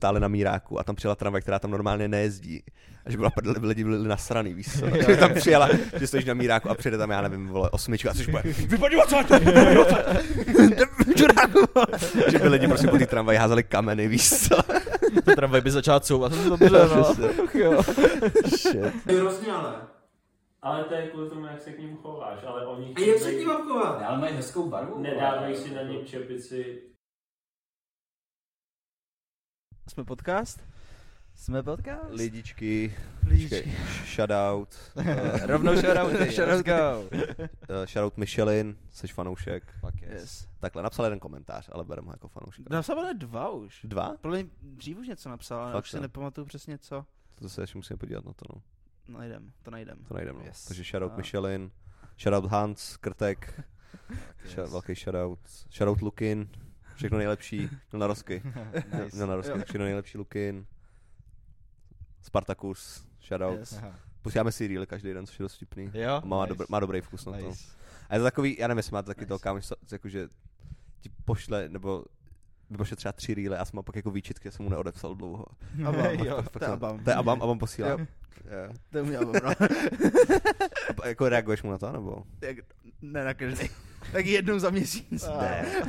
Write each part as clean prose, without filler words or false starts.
stále na Míráku a tam přijela tramvaj, která tam normálně nejezdí. A že byla prdele, lidi byli nasraný, víš co? Že tam přijela, že stojíš na Míráku a přijede tam, já nevím, vole, 8 a což bude, vypadni odsud! Že by lidi prostě po té tramvaji házeli kameny, víš co? Ta tramvaj by začala couvat. Dobře, no. Jo. Shit. Hrozně Ale to je kvůli tomu, jak se k ním chováš, ale oni... A jak se k ním mám chovat? Ale mají hezkou barvu. Nedávají si na ně čepici. Jsme podcast? Jsme podcast? Lidičky. Shoutout. Rovnou shoutouty, let's go. Shoutout Michelin, jsi fanoušek. Fuck yes. Takhle, napsal jeden komentář, ale berem ho jako fanoušek. Napsal 2 už. 2? Podle mě dřív už něco napsal, ale Fakt, už si jo. nepamatuju přesně co. To se ještě musíme podívat na to, no. To najdem. No. Yes. Takže shoutout A- Michelin, shoutout Hans, Krtek, velký shoutout Lukin, všechno nejlepší, na Rosky, všechno nejlepší Lukin, Spartacus, shoutout. Yes. Posíláme si rýly každý den, což je dost vtipný. Jo? Má dobrý vkus na to. Nice. A je to takový, já nevím, jestli máte taky toho kámoš, jakože ti pošle, nebo vypošle třeba 3 rýle a jsem mám pak jako výčitky, že jsem mu neodepsal dlouho. Jo, to je Abam. To je Abam posílá. Jo. Jo. To je můj Abam, no. A jako reaguješ mu na to, nebo? Ne na každý. Tak jednou za měsíc. Ne.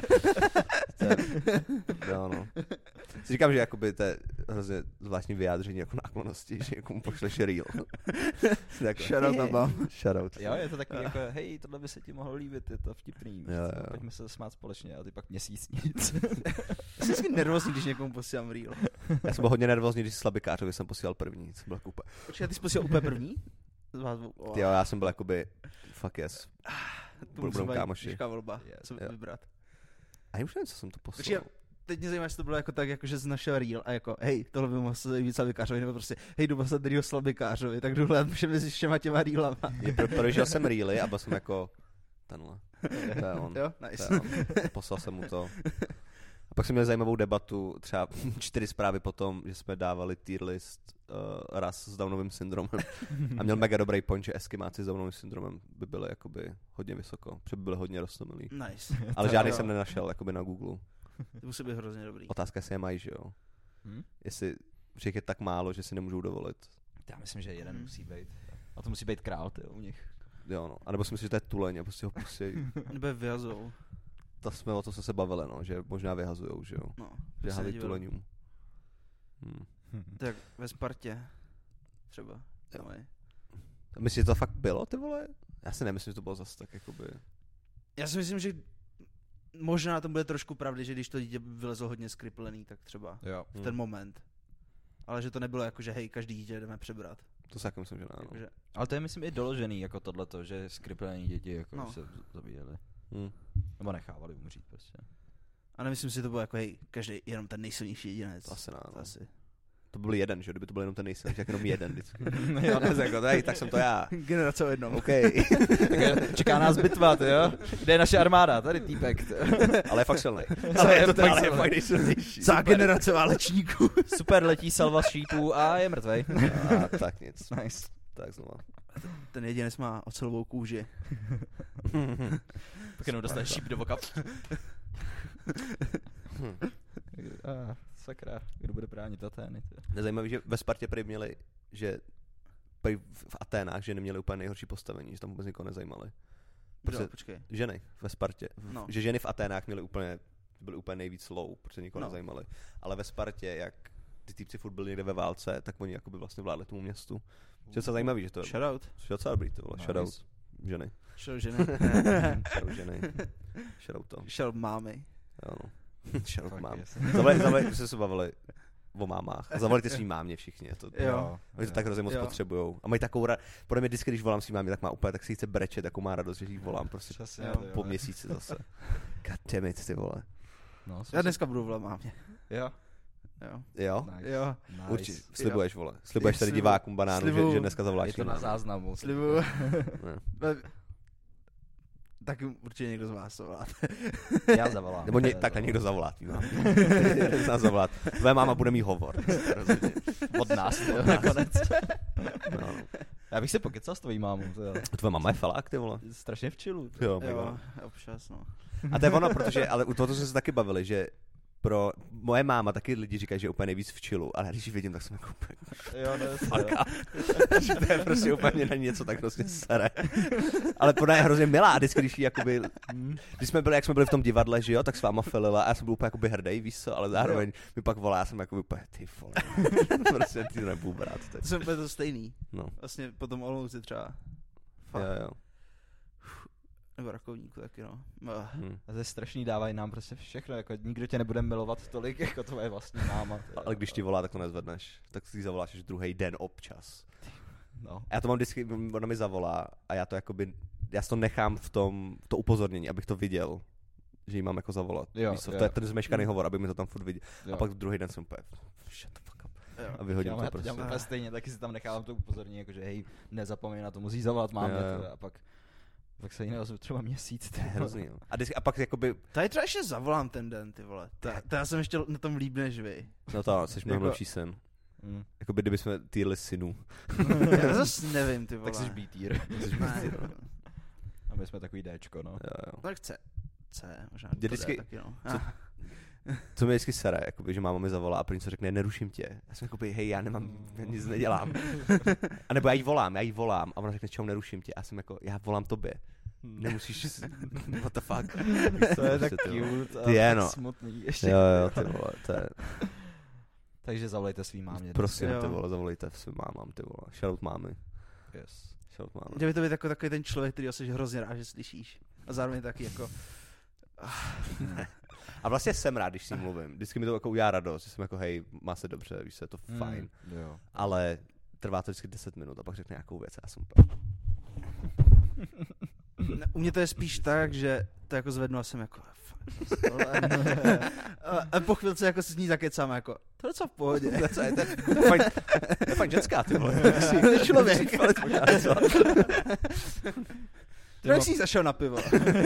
No. Si říkám, že jakoby to je hrozně zvláštní vyjádření jako náklonosti, že jako mu pošleš reel. Shoutout Abam. Shoutout. Jo, je to takový jako, hej, tohle by se ti mohlo líbit, je to vtipný. Jo. Pojďme se smát společně a ty pak měsíc nic. Jsem vždycky nervózní, když někomu posílám reel. Já jsem byl hodně nervózní, když Slabikářovi jsem posílal první. Jsem byl jako úplně... Počkej, ty jsi posílal úplně první? Jo, já jsem byl jakoby, fuck yes. Budeme kámoši. Těžká volba, co Jo. vybrat. A já už nevím, co jsem to poslal. Počkej, teď mě zajímá, jestli to bylo jako tak, jako že jsi našel reel a jako, hej, tohle by mohl se víc Slabikářovi, nebo prostě, hej, jdu poslat reel Slabikářovi, tak jdu hledat mezi všema těma reelama. Prožil jsem reely a byl jsem jako, tenhle. To je on. Jo, nice. To je on. Poslal jsem mu to. A pak jsme měli zajímavou debatu, třeba 4 zprávy potom, že jsme dávali tier list ras s Downovým syndromem. A měl mega dobrý point, že eskimáci s Downovým syndromem by byly jakoby hodně vysoko, protože by byly hodně roztomilý. Nice. Ale žádný jsem nenašel jakoby na Google. To musí být hrozně dobrý. Otázka, jestli je mají, že jo? Jestli všech je tak málo, že si nemůžou dovolit. Já myslím, že jeden musí být. A to musí být král, ty u nich. Jo, no. A nebo si myslím, že to je tuleň a prostě ho pustí. Nebo je vyhazou. O to jsme se bavili, no, že možná vyhazujou, že jo? No, Že se hází nedivil. tuleňům. Tak ve Spartě. Třeba. Jo. Mají. Myslíš, že to fakt bylo, ty vole? Já si nemyslím, že to bylo zase tak, jakoby... Já si myslím, že možná to bude trošku pravdy, že když to dítě vylezlo hodně skriplený, tak třeba Jo. v ten moment. Ale že to nebylo jako, že hej, každý dítě jdeme přebrat. To si jako myslím, že ne, no. Jakože, Ale to je, myslím, i doložený jako tohleto, že skriplený děti jako No. se zabíjeli. Hm. Nebo nechávali umřít prostě. a nemyslím si, že to bylo jako, hej, každý jenom ten nejsilnější jedinec. To asi ne, To no. asi. To byl jeden, že jo? Kdyby to byl jenom ten nejsilnější, tak jenom jeden vždycky. Jo. Jako, hej, tak jsem to já. Generace o jednom. OK. Tak čeká nás bitva, ty jo? Kde je naše armáda? Tady týpek. Ale je fakt silnej. Ale je fakt ale je silnej. fakt nejsilnější. Za generace válečníků. Super letí salva šípů a je mrtvej. A tak nic. Nice. Tak znova. Ten jedinec má ocelovou kůži. Pak jenom dostane šíp do voka. Sakra, kdo bude bránit Atény? Je zajímavé, že ve Spartě prý měli, že prý v Aténách ženy měly úplně nejhorší postavení, že tam vůbec nikoho nezajímali. Prostě Jo, počkej. ženy ve Spartě. No. Že ženy v Aténách byly úplně nejvíc low, protože nikoho No. nezajímali. Ale ve Spartě, jak ty týpci furt byli někde ve válce, tak oni jakoby vlastně vládli tomu městu. Což je docela zajímavý, že to je. Shoutout. Což je docela dobrý, to vole. Nice. Shoutout ženy. Shoutout ženy. Shoutout ženy. Shoutout to. Shoutout mámy. Jo, no. Shoutout Fuck mám. yes. Zavolali, jsme se bavili o mámách. A zavolali ty svý mámě všichni. Jo. Oni to tak hrozně moc Jo. potřebujou. A mají takovou radost. Podle mě vždycky, když volám svým mámě, tak má úplně, tak si chce brečet, takovou má radost, že jí volám prostě Přesně, Jo. ty po vole. měsíci zase. God damn it, ty vole. No, Já dneska budu volat mámě. Jo. Jo. Jo? Nice. Jo. Nice. Určitě. Slibuješ, vole. Slibuješ tady Slibuju. divákům banánu, Slibuju. že dneska zavoláš Je to svým na mámě. záznamu. Slibuju. Ne. Tak určitě někdo z vás to voláte. Já zavolám. Nebo tak někdo zavolá tvým mámě. Jeden z nás zavolat. Tvoje máma bude mít hovor. Rozhodně. Od nás, ty jo, nakonec. No. Já bych se pokecal s tvojí mámou, to jo. Tvoje máma je felák, ty vole. Strašně v chillu. Jo, Jo, občas, no. A to je ono, protože, ale u toho jsme se taky bavili, že pro moje máma taky lidi říkají, že je úplně nejvíc v chillu, ale když ji vidím, tak jsem jako úplně Jo, no, že to je prostě úplně na něco tak prostě sere. Ale podle je hrozně milá, vždycky, když jí jakoby, když jsme byli v tom divadle, že jo, tak s váma felila a já jsem byl úplně jakoby hrdý, víš co, ale zároveň mi pak volá, já jsem jakoby úplně, ty vole, prostě ty to nebudu brát. To jsem úplně to stejný. No. Vlastně potom Olomouci třeba. Fakt. Jo. Nebo Rakovníku taky, no. A to je strašný, dávají nám prostě všechno, jako nikdo tě nebude milovat tolik, jako tvoje vlastní máma. Ale když ti volá, tak to nezvedneš, tak si zavoláš až druhý den občas. No. Já to mám vždycky, ona mi zavolá a já to jakoby, já si to nechám v to upozornění, abych to viděl, že jí mám jako zavolat. Jo, Víš co, jo. to je ten zmeškaný hovor, aby mi to tam furt viděl. Jo. A pak druhý den jsem úplně, shut the fuck up. Jo. A vyhodím Já to prostě. dělám úplně stejně, taky si tam nechávám to upozornění, jakože hej, nezapomeň na to, musíš zavolat mámě, Jo. a pak se jí neozvu třeba měsíc. To je hrozný, jo. A pak jakoby, Tady třeba ještě zavolám ten den, ty vole. To já jsem ještě na tom líp než vy. no to, jsi mnohem Jako- lepší sen. Mm. Jakoby kdyby jsme týrli synů. Já zase nevím, ty vole. Tak jsi B-tier. Ne, A my jsme takový Dčko, no. Jo. tak C, možná Mě to vždycky- D taky, no. co- Co mi vždycky sere, jakoby, že máma mi zavolá a první co řekne, neruším tě. Já jsem jakoby, hej, já nic nedělám. A nebo já jí volám a ona řekne, čau, neruším tě. A já jsem jako, já volám tobě. Nemusíš, what the fuck. To je tak Prostě, ty vole. cute a Ty je, tak no. smutný ještě. Jo, ty vole, to je, Takže zavolejte svým mámě. prosím, Jo. ty vole, zavolejte svým mámám, ty vole. Shoutout mámy. Yes. Shoutout mámy. Měl by to být jako takový ten člověk, který jsi hrozně rád, že slyšíš. A zároveň taky jako, A vlastně jsem rád, když s ním mluvím. Vždycky mi to jako udělá radost, že jsem jako, hej, má se dobře, víš se, je to fajn. Jo. Ale trvá to vždycky 10 minut a pak řekne nějakou věc a já jsem úplně... u mě to je spíš tak, že to jako zvednu a jsem jako, a po chvilce jako si s ní zakecám jako, to je docela v pohodě. To je fajn ženská, ty vole. To je člověk. Ty Proč jsi zašel na pivo?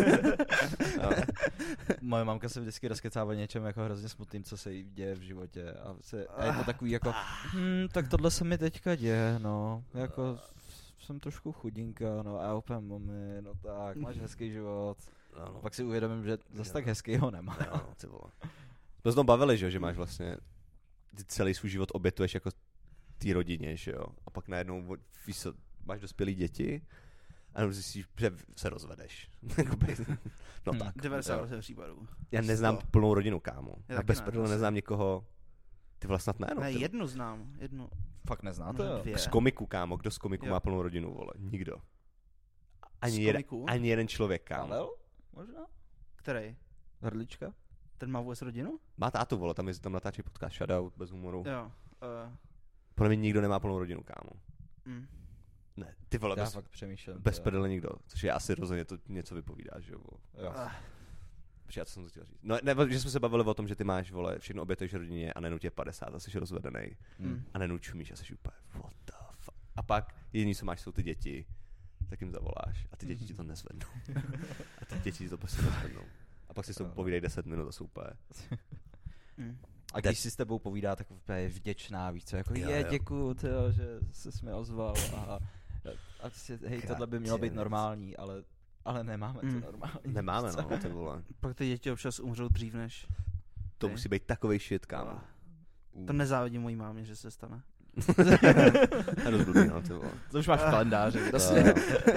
Moje mamka se vždycky rozkecává něčem jako hrozně smutným, co se jí děje v životě. A je to takový jako, tak tohle se mi teďka děje, no. Jako jsem trošku chudinka, no a úplně mami, no tak, máš hezký život. No, Pak si uvědomím, že zase tak hezký ho nemá. no, ty vole. To jsme bavili, že máš vlastně, ty celý svůj život obětuješ jako té rodině, že jo. A pak najednou, víš co, máš dospělý děti a jenom zjistíš, že se rozvedeš. No tak. 90% případů. Já neznám 100. plnou rodinu, kámo. Já Já taky bez ne, prdele vlastně. neznám někoho, ty vlastně snad ne, no. Ne, ty- jednu znám, jednu. Fakt neznáte, Možná jo? dvě. Z komiku, kámo, kdo z komiku Jo. má plnou rodinu, vole? Nikdo. Z komiků? Ani jeden člověk, kámo. Pavel? Možná? Který? Hrdlička? Ten má vůbec rodinu? Má tátu, vole, tam natáčí podcast Shoutout, bez humoru. Jo. Podle mě nikdo nemá plnou rodinu, kámo. Mm. Ne, ty vole, Já bez, fakt přemýšlím. bez to je- prdele nikdo. Což je asi rozhodně to něco vypovídá, že jo. vole. Jo. Počkej, co jsem to chtěl říct. No, ne, že jsme se bavili o tom, že ty máš, vole, všechno obětuješ rodině a najednou tě je 50 a jsi rozvedený. Hm. A najednou čumíš a jsi úplně, what the fuck. A pak jediný, co máš, jsou ty děti. Tak jim zavoláš a ty děti ti to nezvednou. A ty děti ti to prostě nezvednou. A pak si s tou povídej 10 minut a jsou úplně. Mm. A když si s tebou povídá, tak úplně je vděčná, víš co, jako Jo, je, jo. děkuju, tyjo, že jsi mi ozval a si, hej, tohle by mělo být Kratěnec. normální, ale nemáme to normální. Nemáme, no, ty vole. Pak ty děti občas umřou dřív než... To Ty. musí být takovej shit, kámo. To nezávidím mojí mámě, že se stane. To je dost blbý, no, ty vole. To už máš v kalendáři, To, prostě.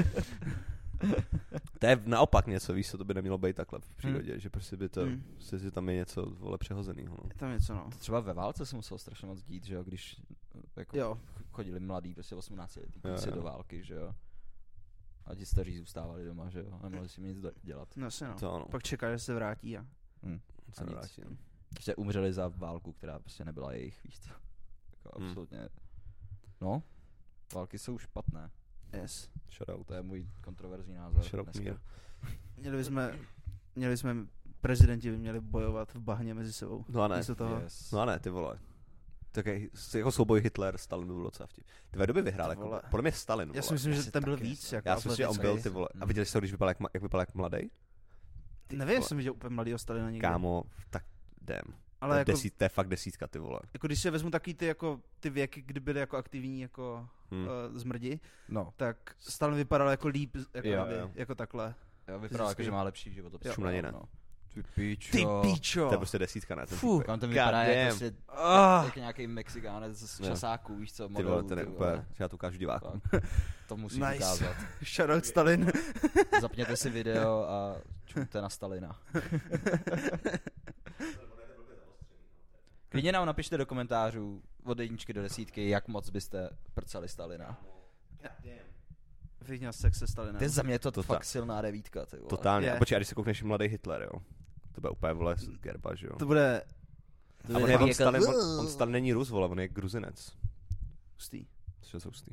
to je naopak něco, víš co, to by nemělo být takhle v přírodě, že prostě by to, Hmm. že tam je něco, vole, přehozenýho, no. Je tam něco, no. Třeba ve válce se muselo strašně moc dít, že jo, když jako Jo. chodili mladí, prostě 18 letý Jo, kluci jo. do války, že jo. A ti staří zůstávali doma, že jo, nemohli si nic dělat. No asi no. To ano, Pak čeká, že se vrátí a... se A nic. nevrátí, no. Prostě umřeli za válku, která prostě nebyla jejich, víš co. Jako absolutně. No, války jsou špatné. Yes. Shoutout. To je můj kontroverzní názor. Shoutout dneska. mír. Měli jsme prezidenti by měli bojovat v bahně mezi sebou. No a ne, Místo toho. Yes. no a ne, ty vole. Tak jako souboj Hitler, Stalin by byl docela vtip. Ty doby vyhrál, Ty jako, vole. podle mě Stalin, Já si vole. myslím, že si ten byl taky víc. myslím. Jako Já si myslím, že on byl, atletický. ty vole. A Mm. viděli jsi to, když jak vypadal jak mladý? Nevím, jestli jsem viděl úplně mladýho Stalina někde. Kámo, tak jdem. Ale jako, To je fakt desítka, ty vole. jako když si vezmu taky ty, jako, ty věky, kdy byly jako aktivní jako zmrdi, No, tak Stalin vypadal jako líp, jako, Jo, aby, jo. jako takhle. jo, vypadá jako, Fyzicky. že má lepší život. Šum na něj, ne? No. Ty píčo. Ty píčo. To je prostě 10, ne? Ten Fuh, týpek. Kam ten God vypadá damn. jak prostě Ah, jak nějaký Mexikánec z Ne. časáků, víš co, Ty modelů, vole, ten je úplně, že já to ukážu divákům. To musí Nice. ukázat. shoutout Stalin. Zapněte si video a čumte na Stalina. Klidně nám napište do komentářů od 1 do 10, jak moc byste prcali Stalina. Bych měl sex se Stalinem. To je za mě to To fakt tak. silná 9, ty vole. Totálně. Je. A počkej, a když se koukneš Mladý Hitler, jo. To bude úplně, vole, gerba, že jo. To bude A on, je on, jako- Stalin, on Stalin není Rus, vole, on je Gruzinec. hustý. Což je hustý.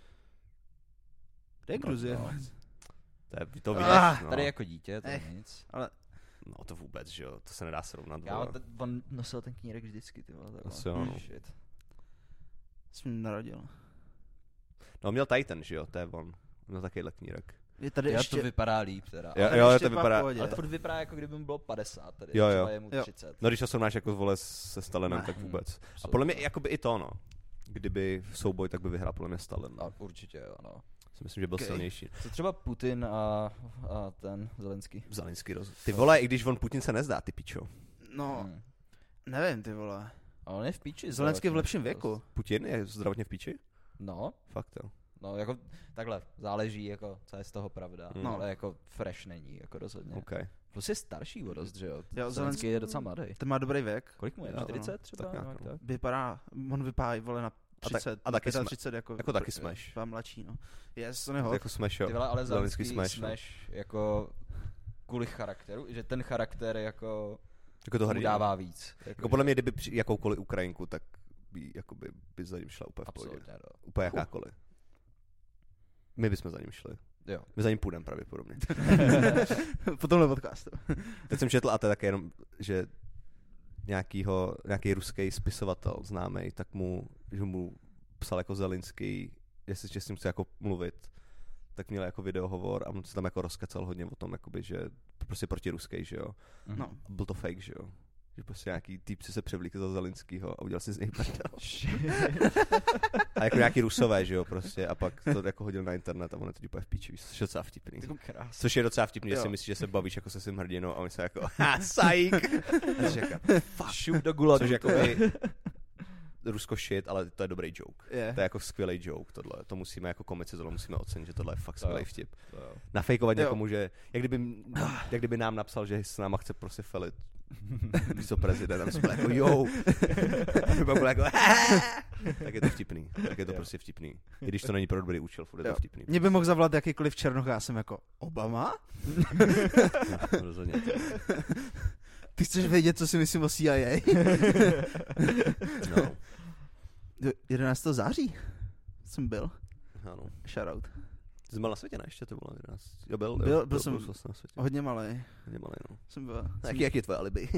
Kde je Gruzie? No. To víš, no. Tady jako dítě, to je nic. No to vůbec, že jo, to se nedá srovnat, Kámo, vole. on nosil ten knírek vždycky, ty vole. takhle. Asi jo, no. Shit. Jsem mě narodil. No měl Titan, že jo, to je on. Měl takovýhle knírek. Je tady Já ještě... to vypadá líp teda. Jo, ale jo, ještě to pak vypadá, pohodě. Ale to furt vypadá jako kdyby mu bylo 50 tady. Jo, jo. Třeba je mu Jo. 30. no když to srovnáš jako vole se Stalinem, Ne. tak vůbec. A podle mě jakoby i to, no. Kdyby souboj, tak by vyhrál podle mě Stalin. A určitě jo, no. Si myslím, že byl Okay. silnější. Co třeba Putin a ten Zelenský? Zelenský Ty vole, i když on Putin se nezdá, ty pičo. No, Hmm. nevím, ty vole. A on je v píči. Zelenský v zdravotně. lepším věku. Putin je zdravotně v píči? No, Fakt jo. no jako takhle, záleží jako, co je z toho pravda. Hmm. No, ale jako fresh není, jako rozhodně. OK. Plus je starší o dost, že jo? Jo, Zelenský je docela mladý. Ten má dobrý věk. Kolik mu je? Jo, 40 třeba? tak nějak, Nějak no. tak. Vypadá, on vypadá vole na 30, a taky 35 jako taky Smash. Dva mladší, no. Yes, on je hot. Jako Smash, jo. Ty vole, ale Zelenský Zelenský Smash, no. Smash jako kvůli charakteru, že ten charakter jako Jako to mu hrdina. dává víc. Jako podle mě, kdyby jakoukoliv Ukrajinku, tak by, jakoby, by za ním šla úplně v pohodě. Absolutně, no. Úplně jakákoliv. My bychom za ním šli. Jo. My za ním půjdeme pravděpodobně. Po tomhle podcastu. Teď jsem četl, a to je také jenom, že nějaký ruský spisovatel známý, tak že mu psal jako Zelenský, jestli s ním chce jako mluvit, tak měl jako videohovor a on se tam jako rozkecal hodně o tom, jakoby, že prostě protiruský, že jo. Mhm. No. A byl to fake, že jo. Že prostě nějaký týpci se převlíkli za Zelenskýho a udělal si z něj prdel. A jako nějaký Rusové, že jo, prostě. A pak to jako hodil na internet a on je teď úplně v píči, což je docela vtipný. Krásný. Což je docela vtipný, že Jo. si myslíš, že se bavíš jako se svým hrdinou a on se jako, sajk. A jsi říká, Šup do gulagu. což jakoby Rusko shit, ale to je dobrý joke. Je. To je jako skvělý joke, tohle. To musíme jako komici, tohle musíme ocenit, že tohle je fakt skvělý vtip. Jo. Nafejkovat Jo. někomu, že jak kdyby nám napsal, že s náma chce prostě felit místopredsident, a my jsme byli jako jo. A my pak byli jako tak je to vtipný, tak je to Jo. prostě vtipný. I když to není pro dobrý účel, furt je to Jo. vtipný. Mě by mohl zavolat jakýkoliv černoch, já jsem jako Obama? No, rozhodně. Ty chceš vědět, co si myslím o CIA? No. 11. září jsem byl. Ano. Shoutout. Ty jsi byl na světě, ne? Ještě to bylo 11. Jo, Byl jsem vlastně na světě. hodně malý. Hodně malý, no. Jsem byl. Jak je tvoje alibi?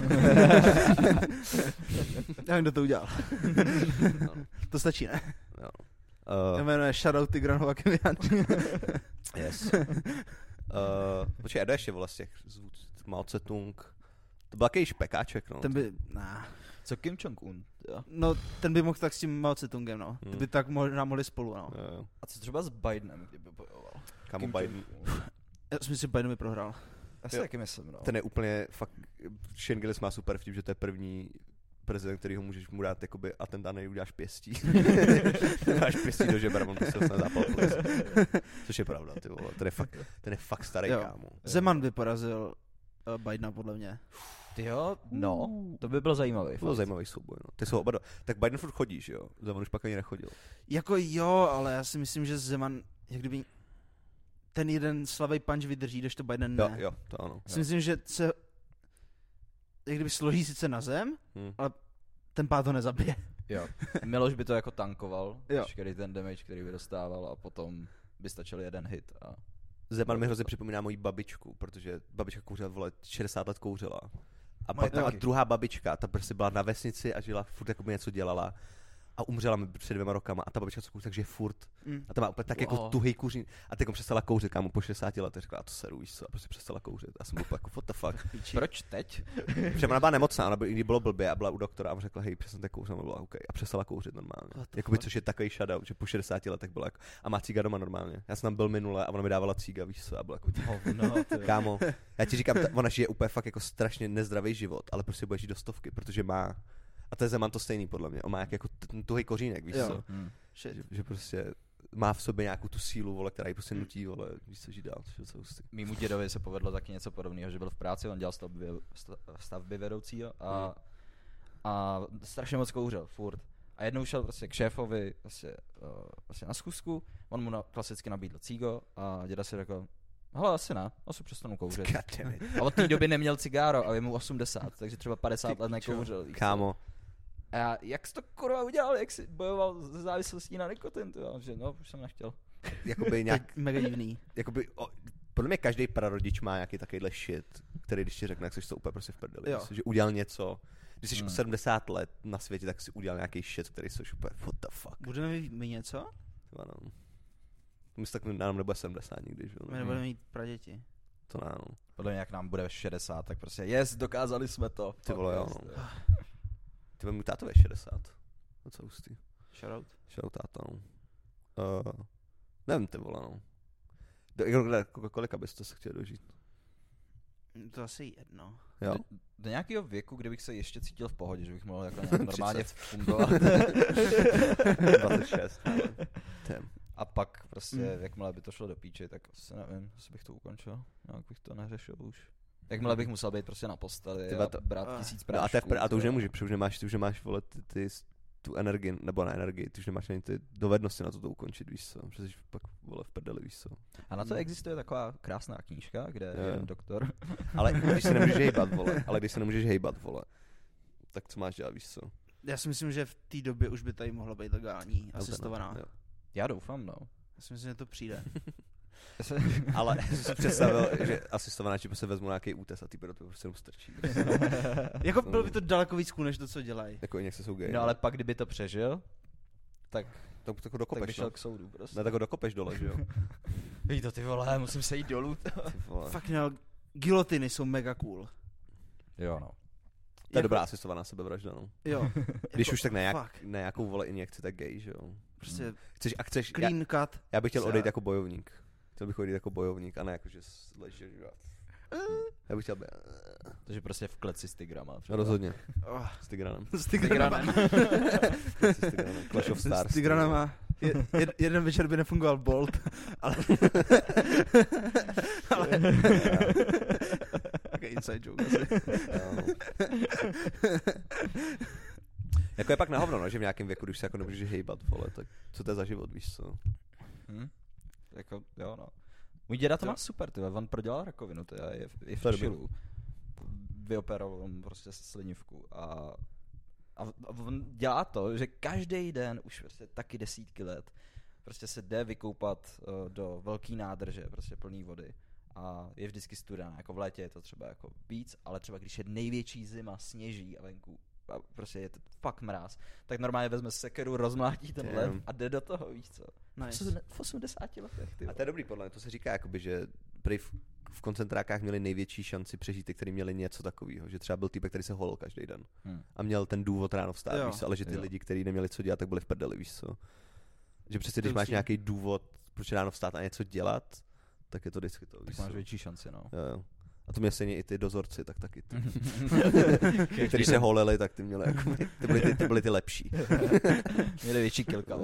Já vím, kdo to udělal. No. To stačí, ne? Jo. Jmenuje Shoutout Tigran Hovakevian. Yes. Počkej, a kdo ještě vlastně Mao Tse-tung? To byl takový špekáček, no. Ten by, Co Kim Jong-un? Jo. no, ten by mohl tak s tím Mao Tse-tungem, no. Ty Hmm. by tak možná mohli spolu, no. Jo. A co třeba s Bidenem, kdyby bojoval? Kámo Kim Biden, Jong-un. Já si myslím, že Biden by prohrál. Já si Jo. taky myslím, no. ten je úplně fakt, Shane Gillis má super vtip, že to je první prezident, kterýho můžeš mu dát jakoby atentát, uděláš pěstí. Dáš pěstí do žebra, on prostě se zápal plis. Což je pravda, ty vole. Ten je fakt starý, Jo. kámo. Zeman by porazil Bidena, podle mě. Ty jo, no, to by byl zajímavý. To byl fakt. zajímavý souboj, no. Ty jsou oba tak Biden furt chodí, že jo? Zeman už pak ani nechodil. Jako jo, ale já si myslím, že Zeman, jak kdyby ten jeden slavý punch vydrží, když to Biden ne. Jo, to ano. Já si myslím, že se jak kdyby složí sice na zem, Hm. ten pád ho nezabije. Jo. Miloš by to jako tankoval, Jo. veškerý ten damage, který by dostával a potom by stačil jeden hit. A... Zeman mi hrozně připomíná moji babičku, protože babička kouřila, vole, 60 let kouřila. A Moje pak a taky. druhá babička, ta prostě byla na vesnici a žila, furt jako by něco dělala. a umřela mi před 2 rokama a ta babička co kouří, takže je furt. A ta má úplně tak jako Wow. tuhej kouřin a teď přestala kouřit, kámo, po 60 letech řekla, a to seru, víš co, a prostě přestala kouřit. A jsem byl jako, what the fuck. Proč teď? Protože ona byla nemocná, jí bylo blbě a byla u doktora a on řekla, hej, přestaňte kouřit, a byla OK. A přestala kouřit normálně. Jakoby, což je takový shoutout, že po 60 letech byla jako, a má cíga doma normálně. Já jsem tam byl minule a ona mi dávala cíga, víš co, a byla jako, kámo, já ti říkám, ona žije úplně fakt jako strašně nezdravý život, ale prostě bude žít do 100, protože má, a to je Zeman to stejný podle mě, on má jako tuhej kořínek, víš co, že prostě má v sobě nějakou tu sílu, vole, která ji prostě nutí, vole, víš co, žít dál, což je docela hustý. Mýmu dědovi se povedlo taky něco podobného, že byl v práci, on dělal stavby vedoucího a strašně moc kouřil, furt. A jednou šel prostě k šéfovi vlastně na schůzku, on mu klasicky nabídl cígo a děda si řekl, hele, asi přestanu kouřit. A od té doby neměl cigáro a je mu 80, takže třeba 50 let nekouřil. Kámo. A jak jsi to kurva udělal, jak jsi bojoval se závislostí na nikotin, že no, už jsem nechtěl. Jakoby nějak, Mega divný. jakoby, podle mě každý prarodič má nějaký takovýhle shit, který když ti řekne, jak jsi to úplně prostě v prdeli, že udělal něco, když jsi 70 let na světě, tak si udělal nějaký shit, který jsi úplně what the fuck. Budeme mít my něco? Ano. Myslím, tak nám nebude 70 nikdy, že jo? My nebudeme mít praděti. To ne, no. Podle mě, jak nám bude 60, tak prostě dokázali jsme to. Ty vole, jo, Fakt, no. Ty vole, můj táto je 60. Docela hustý. Shoutout. Shoutout táta, no. Nevím, ty vole, no. Kolika bys to se chtěl dožít? To asi jedno. Jo. Do nějakého věku, kdybych se ještě cítil v pohodě, že bych mohl jako nějak normálně fungovat. 26. A pak prostě, jakmile by to šlo do píči, tak asi nevím, asi bych to ukončil. Nějak bych to neřešil už. Jakmile bych musel být prostě na posteli a brát 1000 prášků. No a to už nemůžeš, protože už nemáš vole, ty tu energii, nebo na energii, ty už nemáš ani ty dovednosti na to ukončit, víš co, protože jsi pak vole v prdeli, víš co. A na to existuje taková krásná knížka, kde je jeden doktor. Ale když se nemůžeš hejbat, vole, tak co máš dělat, víš co. Já si myslím, že v té době už by tady mohla být legální, asistovaná. Jo. Já doufám, no. Já si myslím, že to přijde. Ale jsem si představil, že asistovaná či se vezmu nějaký útes a ty do toho prostě jenom strčí. Jako bylo by to daleko víc cool, než to, co dělají. Jako někde jsou gay. No ale pak, kdyby to přežil, tak tak ho dokopeš, by šel k soudu prostě. Ne, tak ho dokopeš dole, že jo. Víš to, ty vole, musím se jít dolů. Fakt no, gilotiny jsou mega cool. Jo, no. To je dobrá asistovaná sebevražda, no. Jo. Když jako, už tak nějakou vole injekci, tak gay, že jo. Prostě chceš clean cut. Já bych chtěl odejít jako bojovník. Chtěl bych odejít jako bojovník a ne jako, že ležíš. Já bych chtěl být... Takže prostě v kleci s tygrama. No, rozhodně. S tygranem. S tygranem. Clash of Stars. S tygranama. Jeden večer by nefungoval Bolt, ale... Takový inside joke asi. Jako je pak na hovno, no, že v nějakém věku, když se jako nemůžeš hejbat, vole, tak co to je za život, víš co? Jako, jo, no. Můj děda to má super, tyhle, on prodělal rakovinu, tyhle, je v čilu. Vyoperoval on prostě slinivku a on dělá to, že každý den už prostě taky desítky let prostě se jde vykoupat do velký nádrže, prostě plný vody a je vždycky studená, jako v létě je to třeba jako víc, ale třeba když je největší zima, sněží a venku a prostě je to fakt mráz, tak normálně vezme sekeru, rozmlátí ten led a jde do toho, víš co. Nice. V 80 letech, ty. A to je dobrý podle mě, to se říká jakoby, že v koncentrákách měli největší šanci přežít ty, který měli něco takového, že třeba byl týpek, který se holil každý den a měl ten důvod ráno vstát, víš co, ale že ty lidi, kteří neměli co dělat, tak byli v prdeli, víš co. Že přece když máš nějaký důvod, proč ráno vstát a něco dělat, tak je to vždycky to, víš co. Máš větší šanci, no. Jo. A to mě stejně i ty dozorci, tak taky ty. Kteří se holili, tak ty měli jako, ty byli ty lepší. Měli větší kill count.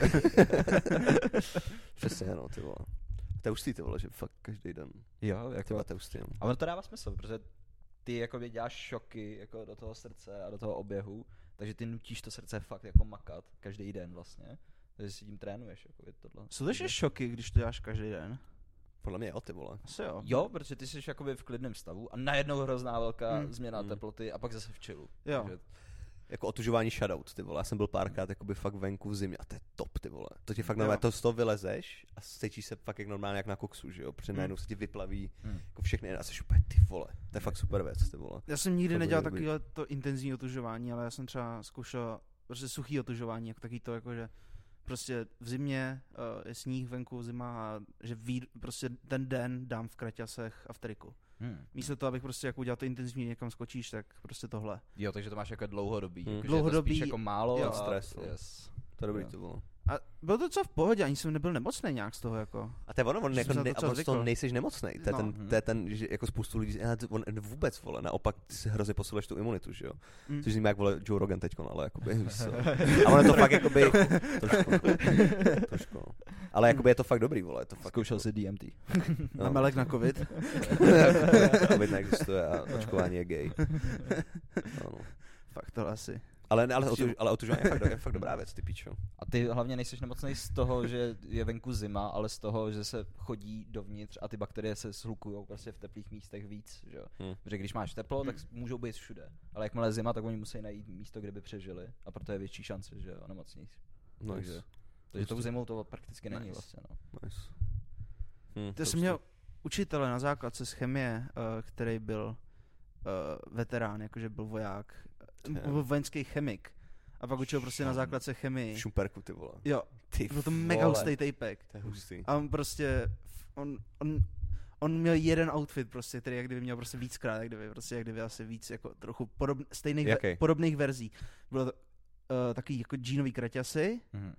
Přesně, no, ty vole. To je hustý, ty vole, že fakt každý den. Jo, jako. To je hustý, no. A ono to dává smysl, protože ty jako děláš šoky jako do toho srdce a do toho oběhu, takže ty nutíš to srdce fakt jako makat každý den vlastně. Takže si tím trénuješ, jako je tohle. Jsou to ještě šoky, když to děláš každý den? Podle mě jo, ty vole. Asi jo. Jo, protože ty jsi jakoby v klidném stavu a najednou hrozná velká změna teploty a pak zase v chillu. Jo. Takže jako otužování shoutout, ty vole. Já jsem byl párkrát jakoby fakt venku v zimě a to je top, ty vole. To ti fakt normálně, to z toho vylezeš a cítíš se fakt jak normálně jak na koksu, že jo? Protože najednou se ti vyplaví jako všechny a jsi úplně ty vole. To je fakt super věc, ty vole. Já jsem nikdy Fakt nedělal dobrý. takové to intenzivní otužování, ale já jsem třeba zkoušel prostě suchý otužování, jako taky to, jako že prostě v zimě je sníh venku, zima a že prostě ten den dám v kraťasech a v triku. Místo toho, abych prostě jako udělal to intenzivně, někam skočíš, tak prostě tohle. Jo, takže to máš jako dlouhodobý. Jako, Dlouhodobý, že je to spíš jako málo jo, a stres, no. Yes. To je dobrý, Jo. to bylo. A bylo to docela v pohodě, ani jsem nebyl nemocný nějak z toho, jako. A to je ono, Jsem jako se na to a docela on z zvykl. toho nejseš nemocnej. To je, No. to je ten, že jako spoustu lidí, on vůbec, vole, naopak ty si hrozně posiluješ tu imunitu, že jo. Což zní jak, vole, Joe Rogan teďkon, ale jakoby, víš co. A ono je to fakt, jakoby, trošku, no. Ale jakoby je to fakt dobrý, vole, je to fakt. Zkoušel si DMT. A melek na covid. Covid neexistuje a očkování je gay. No. Fakt to asi. Ale otužování je fakt dobrá věc, ty píčo. A ty hlavně nejseš nemocnej z toho, že je venku zima, ale z toho, že se chodí dovnitř a ty bakterie se shlukují prostě v teplých místech víc, že jo. Protože když máš teplo, tak můžou být všude. Ale jakmile je zima, tak oni musí najít místo, kde by přežili. A proto je větší šance, že jo, onemocní. Nice. Takže tou zimou to prakticky není vlastně, no. Nice. To jsem měl učitele na základce z chemie, který byl veterán, jakože byl voják. Byl vojenský chemik. A pak učil prostě na základce chemii. Šumperku, ty vole. Jo, Ty byl to mega hustý týpek. To je hustý. A on prostě, on měl jeden outfit prostě, který jak kdyby měl prostě víckrát, jak kdyby asi víc, jako trochu podobných verzí. Bylo to takový jako džínový kraťasy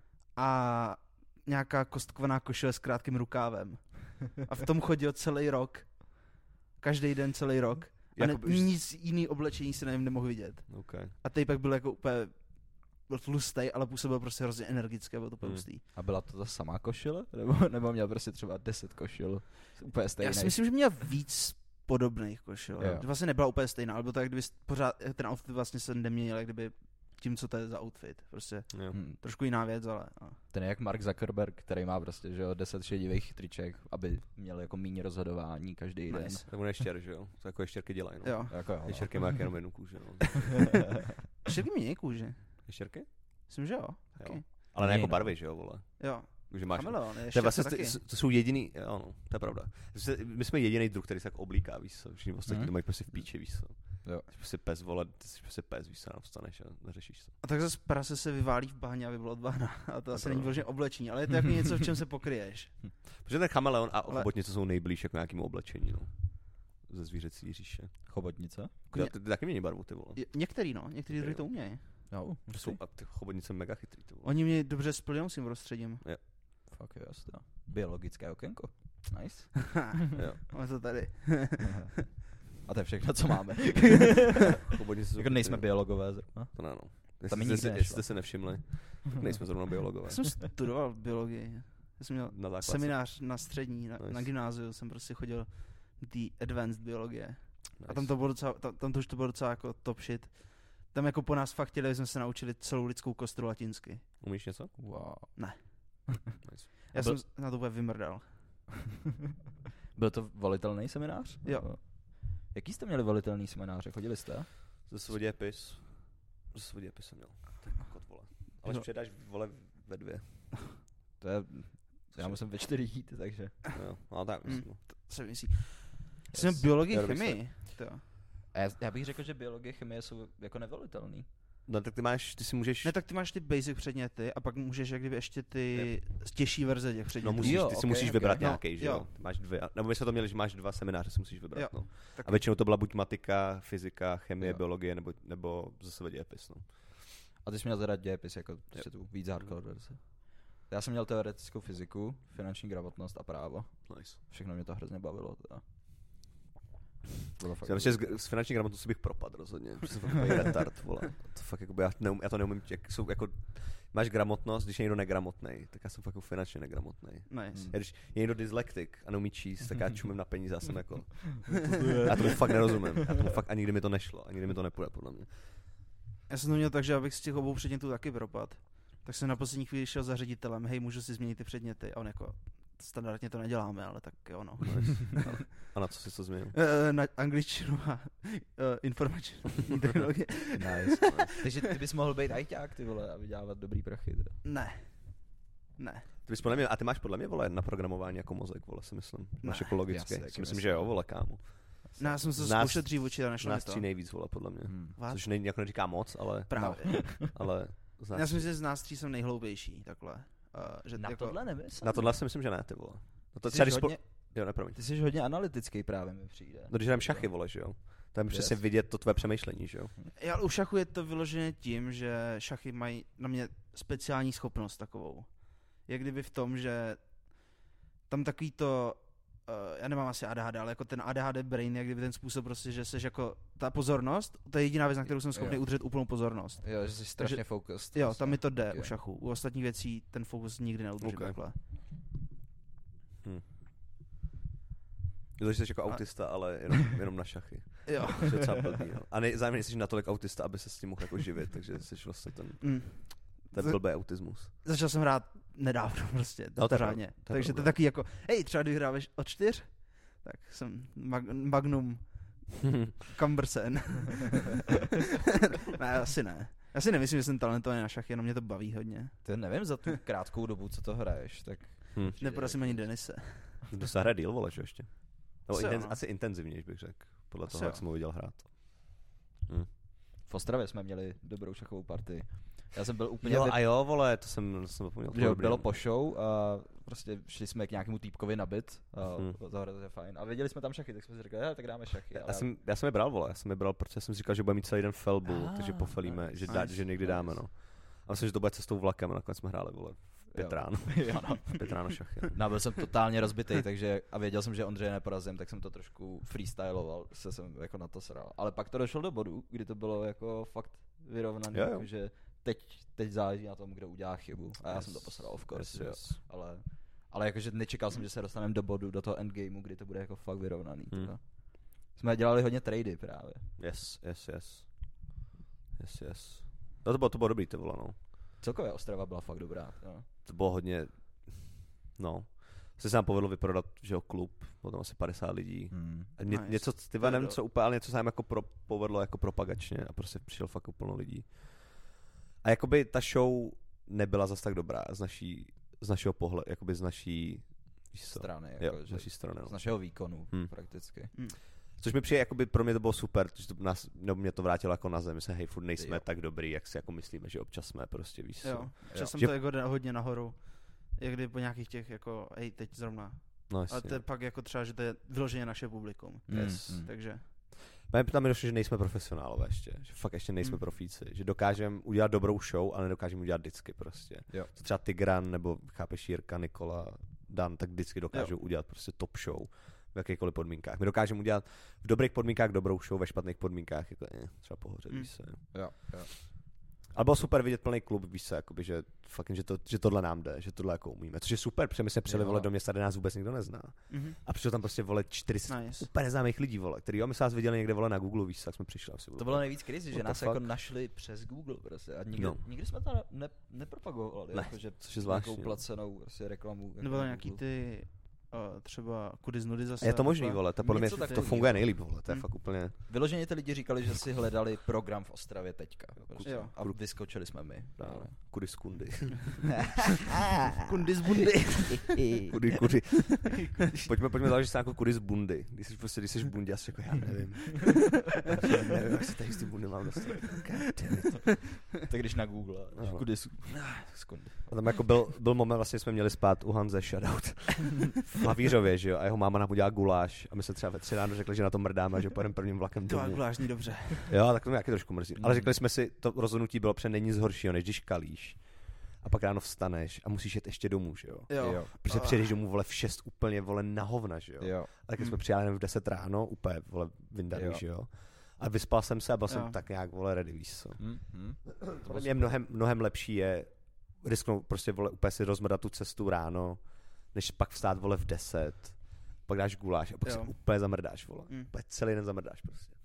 a nějaká kostkovaná košile s krátkým rukávem. A v tom chodil celý rok. Každý den celý rok. A nic jiný oblečení se na něm nemohl vidět. Okay. A týpek byl jako úplně byl tlustej, ale působil prostě hrozně energicky, bylo to úplně hustý. A byla to ta samá košile? Nebo měl prostě třeba 10 košil? Úplně stejný. Já si myslím, že měl víc podobných košil. Jo. Vlastně nebyla úplně stejná, ale bylo to jak kdyby pořád ten outfit vlastně se neměnil, jak kdyby tím, co to je za outfit. Prostě trošku jiná věc, ale... Ten je jak Mark Zuckerberg, který má prostě, že jo, 10 šedivých triček, aby měl jako méně rozhodování každý den. To bude štěr, že jo? To jako ještěrky dělají, no. Jo. Jako, Ještěrky má jenom jednu kůži, no. Štěrky mění kůži. Ještěrky? Myslím, že jo. Jo. Ale ne jako barvy, že jo, vole. Jo. Že máš, Chameleon, to, vlastně, to jsou jediný, jo no, to je pravda. My jsme jediný druh, který se tak oblíká, víš co, všichni ostatní to mají prostě v píči, víš co. Jo. Jsi prostě pes, vole, ty jsi prostě pes, víš co, ráno vstaneš a neřešíš to. A tak zase prase se vyválí v bahně, aby bylo od bahna. A to asi není vložně oblečení, ale je to jako něco, v čem se pokryješ. Protože ten chameleon a chobotnice jsou nejblíž jako nějakému oblečení, no. Ze zvířecí říše. Chobotnice? Ty taky mění barvu, ty vole. Některý druhy to umějí. Jo, jsou a ty chobotnice mega chytrý, ty vole. Oni mě dobře splňou s tím prostředím. Jo. Fakt jo, jasně. Biologické okénko. Nice. Jo. Máme to tady. A to je všechno, co máme. Chobotnice jsou jako nejsme biologové zrovna. To ne, no. Tam Jestli jste se nevšimli, tak nejsme zrovna biologové. Já jsem studoval biologii. Já jsem měl seminář na střední, na gymnáziu jsem prostě chodil do té advanced biologie. Nice. A tam to bylo docela, tam to už to bylo docela jako top shit. Tam jako po nás fakt chtěli, jsme se naučili celou lidskou kostru latinsky. Umíš něco? Wow. Ne. Nice. Já jsem na to úplně vymrdal. Byl to volitelný seminář? Jo. Jaký jste měli volitelný semináře? Chodili jste? Ze svoděpis jsem měl. Tak kot, vole. Ale předáš, vole, ve 2. To je... Já musím ve 4 jít, takže... Jo, no tak myslím. To se myslí. Jsem biologii, chemii. Já bych řekl, že biologie, chemie jsou jako nevolitelný. No tak ty si můžeš... Ne, tak ty máš ty basic předměty a pak můžeš jak kdyby ještě ty těžší verze těch předmětů. No ty si musíš vybrat nějaký, že jo? Máš 2, nebo my jsme to měli, že máš 2 semináře, si musíš vybrat, no. A většinou to byla buď matika, fyzika, chemie, biologie, nebo zase dějepis, no. A ty jsi měl teda dějepis, jako prostě tu víc hardcore verze. Já jsem měl teoretickou fyziku, finanční gramotnost a právo. Nice. Všechno mě to hrozně bavilo, teda. S finanční gramotností bych propadl rozhodně, protože jsem fakt retard, vole. To fakt jako já to neumím, jsou jako máš gramotnost, když je někdo negramotnej, tak já jsem fakt jako finančně negramotnej. Nice. Když je někdo dyslektik a neumí číst, tak já čumím na peníze, já jsem jako já tomu fakt nerozumím. Já tomu fakt ani kdyby to nešlo, ani kdyby to nepůjde podle mě. Já jsem to měl tak, že abych z těch obou předmětů taky propad. Tak jsem na poslední chvíli šel za ředitelem, hej, můžu si změnit ty předměty. A on jako, standardně to neděláme, ale tak jo, no. A na co jsi to změnil? Na angličtinu a informační technologie. Nice. Takže ty bys mohl být ajťák, ty vole, a vydělávat dobrý prachy. Teda. Ne. Ty bys podle mě, a ty máš podle mě, vole, na programování jako mozek, vole, si myslím. Máš jako logicky. Já si myslím, že jo, vole, kámo. No, já jsem se zkoušel dřív učit a nešlo nás 3 nejvíc, vole, podle mě. Což jako neříká moc, ale... Právě. Ale Já si myslím, že z nás tří jsem nejhloupější, takhle. Že na jako... tohle nemyslím. Na tohle si myslím, že ne, ty vole. No to Ty třeba, jsi hodně, jo, nepromiň. ty jsi hodně analytický právě mi přijde. No když hrám šachy, vole, že jo. Tam přesně vidět to tvoje přemýšlení, že jo. Já u šachu je to vyloženě tím, že šachy mají na mě speciální schopnost takovou. Jak kdyby v tom, že tam takový to, já nemám asi ADHD, ale jako ten ADHD brain, jak kdyby ten způsob prostě, že jsi jako, ta pozornost, to je jediná věc, na kterou jsem schopný udržet úplnou pozornost. Jo, že jsi strašně focused. Jo, tam mi to jde u šachu. U ostatních věcí ten fokus nikdy neudržím takhle. Že jsi jako autista, ale jenom na šachy. Jo. To je docela blbý, no. A zároveň jsi natolik autista, aby se s tím mohl jako živit, takže jsi vlastně ten blbý autismus. Začal jsem hrát nedávno prostě, no, pořádně. Takže to je taky jako, hej, třeba když hráváš od 4, tak jsem Magnum Cumbersen. Ne, asi ne. Já si nemyslím, že jsem talentovaný na šachy, jenom mě to baví hodně. To nevím, za tu krátkou dobu, co to hraješ, tak... Neprosím ani Denise. To se hraje díl, vole, že ještě? No, asi intenzivnější bych řekl, podle toho, jak jsem ho viděl hrát. V Ostravě jsme měli dobrou šachovou partii. Já jsem byl úplně... Jo, vole, to jsem zapomněl. Jo, bylo po show a prostě šli jsme k nějakému týpkovi na byt a to je fajn. A viděli jsme tam šachy, tak jsme si říkali, tak dáme šachy. Já jsem je bral, vole, protože jsem si říkal, že budeme mít celý den felbu, takže pofelíme, že někdy dáme, no. A myslím, že to bude cestou vlakem a nakonec jsme hráli, vole, v Petránu. V Petránu šachy. No, byl jsem totálně rozbitej, takže a věděl jsem, že Ondřeje neporazím, tak jsem to trošku freestyloval, jsem jako na to sral. Ale pak to došlo do bodu, kdy to bylo jako fakt vyrovnaný, že teď záleží na tom, kdo udělá chybu. A já jsem to posral, of course. Ale jakože nečekal jsem, že se dostaneme do bodu, do toho endgameu, kdy to bude jako fakt vyrovnaný. Jsme dělali hodně trady právě. Yes. No to bylo dobrý, to bylo, no. Celkově Ostrava byla fakt dobrá. Jo. To bylo hodně, no. Se nám povedlo vyprodat, že jo, klub, potom asi 50 lidí. Něco, nevím co úplně, ale něco se nám jako povedlo jako propagačně a prostě přišel fakt plno lidí. A jakoby ta show nebyla zas tak dobrá z našeho pohledu, jakoby z naší strany, jako, z naší strany, no. Z našeho výkonu prakticky. Což mi přijde, jakoby pro mě to bylo super, protože mě to vrátilo jako na zem, že hej, furt nejsme tak dobrý, jak si jako myslíme, že občas jsme prostě, víš co. Jo, čas jsem to jako hodně nahoru, jak kdy po nějakých těch jako, hej, teď zrovna. No, ale to je pak jako třeba, že to je vyloženě naše publikum. Takže. Tam mi došlo, že nejsme profesionálové ještě, že fakt ještě nejsme profíci, že dokážeme udělat dobrou show, ale nedokážeme udělat vždycky prostě. Jo. To třeba Tigran nebo chápeš Jirka, Nikola, Dan, tak vždycky dokážou udělat prostě top show v jakýchkoliv podmínkách. My dokážeme udělat v dobrých podmínkách dobrou show, ve špatných podmínkách jako třeba pohořet, víš se. Jo. Ale bylo super vidět plný klub, víš se, jakoby, že tohle nám jde, že tohle jako umíme. Což je super, protože my jsme přijeli vole do města, kde nás vůbec nikdo nezná. A přišlo tam prostě vole 400 úplně neznámých lidí, vole, který my se vás viděli někde vole na Google, víš, tak jsme přišli asi. To bylo nejvíc crazy, že nás jako našli přes Google prostě a nikdy jsme to nepropagovali, jakože což je zvláštní. Nějakou placenou prostě reklamu. Nebylo nějaký ty třeba kudy z nudy zase. Je to možný, vole, to podle mě to funguje nejlíp, vole, to je fakt úplně. Vyloženě ty lidi říkali, že si hledali program v Ostravě teďka. Prostě. A vyskočili jsme my. Kudy z kundy. Kundy z bundy. Kudy. Pojďme založit se jako kudy z bundy. Když jsi bunděs, jako já nevím. Nevím, jak se tady z ty bundy mám dostat. Tak když na Google, kudy z kundy. A tam jako byl moment, vlastně jsme měli spát u Hanze, shoutout. V Havířově, že jo, a jeho máma nám udělala guláš a my se třeba ve 3 ráno řekli, že na to mrdáme a že pojedeme prvním vlakem domů. To guláš ní dobře. Jo, tak to mě taky trošku mrzí. Ale řekli jsme si, to rozhodnutí bylo, protože není nic horšího, než když kalíš a pak ráno vstaneš a musíš jet ještě domů, že jo. Protože přijdeš domů, vole, v 6 úplně, vole, na hovna, že jo. A tak jsme přijeli v 10 ráno, úplně, vole, vyndaný, že jo. A vyspal jsem se a byl jsem tak nějak, vole, ready, víš co. Pro mě mnohem lepší je risknout prostě, vole, úplně si rozmrdat tu cestu ráno, než pak vstát, vole, v 10, pak dáš guláš a pak si úplně zamrdáš, vole. Úplně celý den zamrdáš prostě.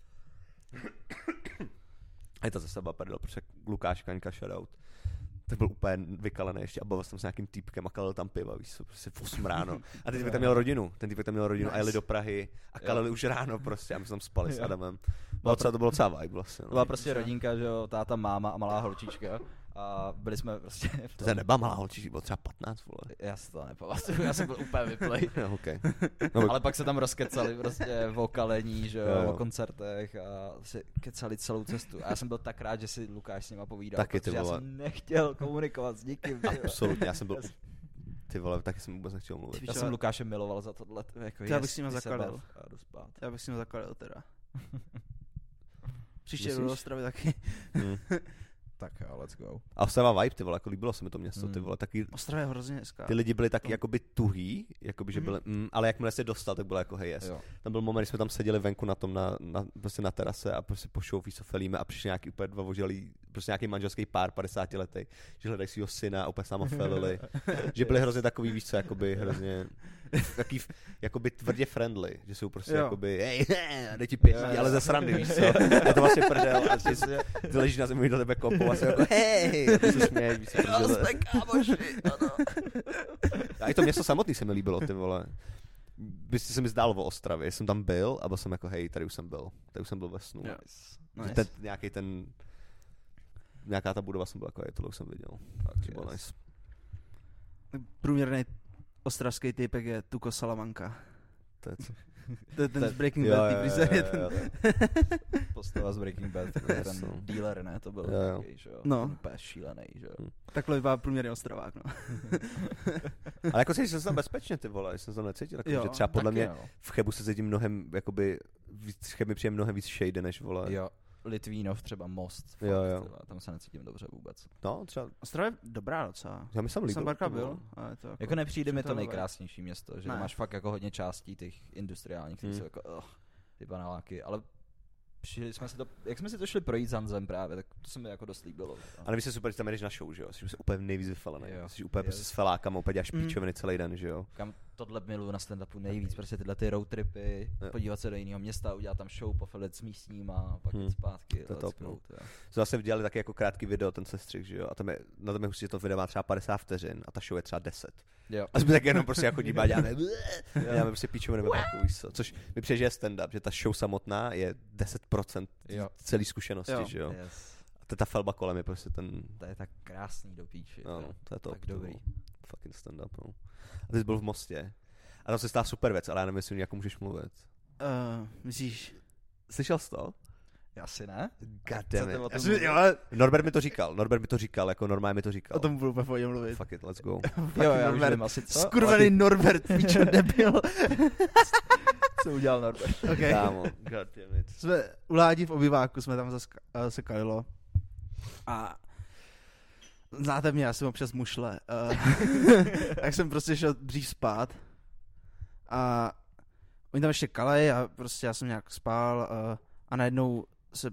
A je to zase byla prdel, protože Lukáš Kaňka, shoutout, tak byl úplně vykalený ještě a bavil jsem s nějakým týpkem a kalil tam piva, víš co, prostě v 8 ráno. A ten týpek tam měl rodinu, a jeli do Prahy a kalili už ráno prostě a my jsme tam spali s Adamem. To bylo docela vibe vlastně. Byla prostě rodinka, že jo, táta, máma a malá holčička. A byli jsme prostě... To se nebyla malá holčičí, bylo třeba 15, vole. Já si to nepamatuju, já jsem byl úplně vyplej. No, okay. Ale pak se tam rozkecali prostě o kalení, že jo, o koncertech a si kecali celou cestu. A já jsem byl tak rád, že si Lukáš s nima povídal, taky, protože já jsem nechtěl komunikovat s nikým. Absolutně, já jsem byl... Ty vole, taky jsem vůbec nechtěl mluvit. Já jsem Lukáše miloval za tohle. Jako já bych s ním zakalil. Já bych s ním zakalil teda. Příště do Ostravy taky. Tak jo, let's go. A Ostrava vibe, ty vole, jako líbilo se mi to město, ty vole, taky... Ostrava je hrozně hezká. Ty lidi byli taky jakoby tuhý, jakoby, že byli, ale jakmile se dostal, tak bylo jako hej, yes. Jo. Tam byl moment, kdy jsme tam seděli venku na tom, prostě na terase a prostě po show víc felíme a přišli nějaký úplně dva vožilí, prostě nějaký manželský pár 50 letý, že hledají svýho syna a úplně samofelili, že byli hrozně takový, víš co, jakoby hrozně, taký, jakoby tvrdě friendly, že jsou prostě jakoby, hej, dej ti pětí, ale ze srandy, víš co, je to vlastně prdel a ty ležíš na zemi, do tebe kopou a se jako, hej, a ty se směješ, víš co, jsme kámoši, ano. A i to město samotný se mi líbilo, ty vole. Byste se mi zdálo o Ostravě, jsem tam byl a byl jsem jako, hej, tady už jsem byl ve snu. Nice. Nějaká ta budova jsem byl jako, tohle už jsem viděl. Tak bylo nice. Průměrný ostravský typek je Tuko Salamanca. To je co? To je ten z Breaking Bad, ty frizery. Postava z Breaking Bad, ten dealer, ne, to byl takový, že jo, no. úplně šílený, že jo. Takhle vypadá průměrný Ostravák, no. Ale jako jsem tam bezpečně, ty vole, jsem tam necítil, jako, že třeba podle mě v Chebu se cítím mnohem, jakoby, v Chebu mi přijde mnohem víc shady, než vole. Jo. Litvínov, třeba Most, fakt, tam se necítím dobře vůbec. No, třeba... Ostrava je dobrá docela. Já mi jsem líbil. Jsem barka byl. Ale to jako nepřijde mi to nejkrásnější město, že máš fakt jako hodně částí těch industriálních, které jsou jako ty paneláky, ale přišli jsme si to, jak jsme si to šli projít s Hanzem právě, tak to se mi jako dost líbilo. Ale vy se super, že tam jdeš na show, že jo? Jsi úplně nejvíc vyfalený. Jsi úplně prostě s felákama, úplně děláš píčoviny celý den, že jo? Kam tohle miluju na stand-upu nejvíc, prostě tyhle ty road tripy, podívat se do jiného města, udělat tam show, pofelit s místníma, pak jít zpátky. To je top, no. Zase dělali taky jako krátký video, ten sestřih, že jo? A tam je, na tom je hustě, že to video má třeba 50 vteřin a ta show je třeba 10. Jo. A jsme tak jenom prostě jako dívat, děláme prostě píčoviny jako víš co. Což mi přijde, že je stand-up, že ta show samotná je 10% celý zkušenosti, že jo? Yes. A ta felba kolem je prostě ten... To je tak krásný do píči. No, to je top. Tak dobrý. Fucking stand-up, no. A ty jsi byl v Mostě. A tam se stala super věc, ale já nevím, jestli nějakou můžeš mluvit. Myslíš... Slyšel jsi to? Asi ne. God damn it. Norbert mi to říkal, jako normálně mi to říkal. O tom budu úplně pohodě mluvit. Fuck it, let's go. Jo, já už vím asi co. Skurvený Norbert, píčo debil. Co udělal Norbert? Okay. Kámo, god damn it. Jsme u Ládi v obyváku, jsme tam se kalilo. A znáte mě, já jsem občas mušle. Tak jsem prostě šel dřív spát. A oni tam ještě kalej a prostě já jsem nějak spál a najednou se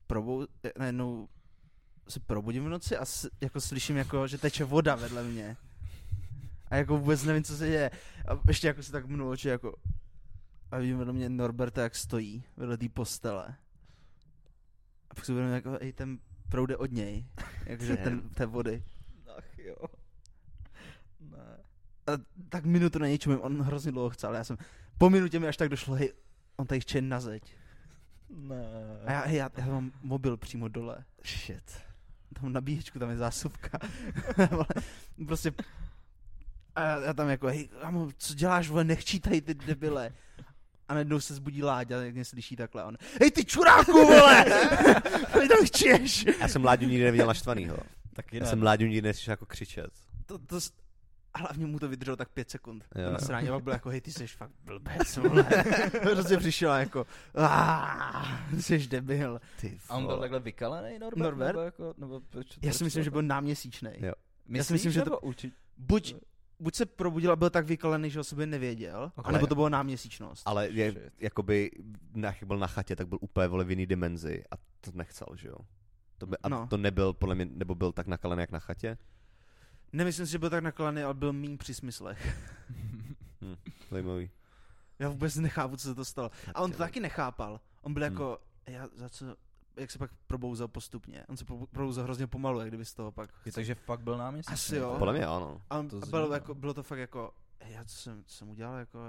probudím v noci a jako slyším, jako, že teče voda vedle mě. A jako vůbec nevím, co se děje. A ještě jako se tak mnu oči, jako... A vidím vedle mě Norberta, jak stojí vedle té postele. A pak si uvědomím, jako, ten proud jde od něj. Jakože té vody. Ach jo. Ne. A tak minutu na něčem, on hrozně dlouho chcel, ale já jsem... Po minutě mi až tak došlo, hej, on tady chče na zeď. Ne. A já mám mobil přímo dole. Shit. Tam nabíječku, tam je zásuvka. Prostě... A já tam jako, hej, kámo, co děláš, vole, nechčítaj ty debile. A najednou se zbudí Láďa, jak mě slyší takhle on. Hej ty čuráku, vole! Ty tam chčeš! Já jsem Láďu nikdy neviděl naštvanýho. Taky já jsem Láďu nikdy neslyšel jako křičet. A hlavně mu to vydrželo tak 5 sekund. To nasrání, a pak byl jako, hej, ty jsi fakt blbec, vole. Prostě přišel jako, ty jsi debil. A on byl takhle vykalený, Norbert? Nebo já si myslím, že byl náměsíčnej. Jo. Já si myslím, že to... Buď se probudil a byl tak vykalený, že o sobě nevěděl, anebo to bylo náměsíčnost. Ale jakoby, jak byl na chatě, tak byl úplně v jiný dimenzi a to nechcel, že jo? To nebyl, podle mě, nebo byl tak nakalený jak na chatě? Nemyslím si, že byl tak nakalený, ale byl míň při smyslech. Zajímavý. Já vůbec nechápu, co se to stalo. A on to taky nechápal. On byl jako, jak se pak probouzel postupně. On se probouzel hrozně pomalu, jak kdyby z toho pak... Takže fakt byl náměstí? Asi jo. Podle mě ano. A bylo to fakt jako, co jsem udělal, jako...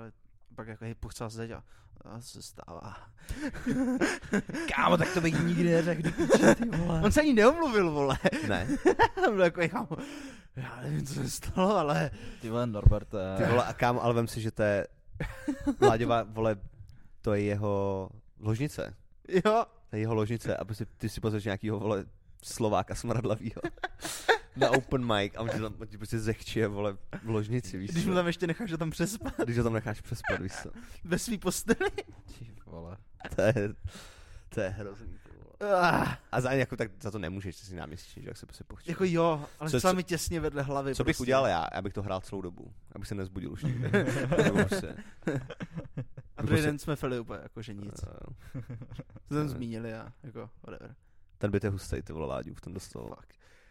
pak jako hej, puchcala zeď a se stává. Kámo, tak to bych nikdy neřekl. On se ani neomluvil, vole. Ne. On byl jako, kámo, já nevím, co se stalo, ale... Ty vole, Norberte. Ty vole, a kámo, ale vem si, že to je Láďová, vole, to je jeho ložnice. Jo. To je jeho ložnice a prostě ty si pozveš nějakýho, vole, Slováka smradlavýho na open mic a on ti prostě zechčije, vole, v ložnici, víš. Když mu tam ještě necháš ho tam přespat. Když ho tam necháš přespat, víš co. Ve svý posteli. Ty vole. To je hrozný, ty vole. A za to nemůžeš, ty si náměstí, že jak se prostě pochčíš. Jako jo, ale celá mi těsně vedle hlavy. Co bych udělal já bych to hrál celou dobu, abych se nezbudil už nikdy. A druhý den jsme feli úplně, jakože nic. To jsem zmínili a jako whatever. Ten byt je hustej, ty vole, Láďu, v tom dostal. Fuck.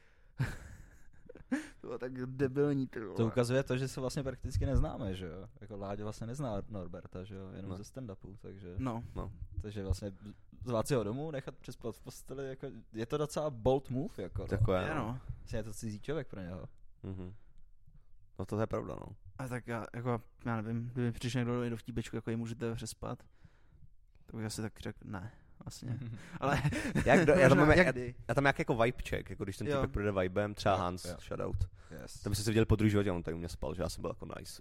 To bylo tak debilní, ty vole. To ukazuje to, že se vlastně prakticky neznáme, že jo? Jako Láďa vlastně nezná Norberta, že jo? Jenom ze stand-upu, takže... No. Takže vlastně zvát si ho domů, nechat přespat v posteli, jako, je to docela bold move, jako. Takové, no. Vlastně je to cizí člověk pro něho. Mhm. No to je pravda, no. A tak já nevím, kdyby přišel někdo do vtípečku, jako je můžete přespat, tak bych asi tak řekl, ne, vlastně. Ale já tam jak jako vibe check, jako když ten týpek projde vibem, třeba Hans, shoutout. Yes. Tam jsme se viděli po druhý životě, on tady u mě spal, že já jsem byl jako nice.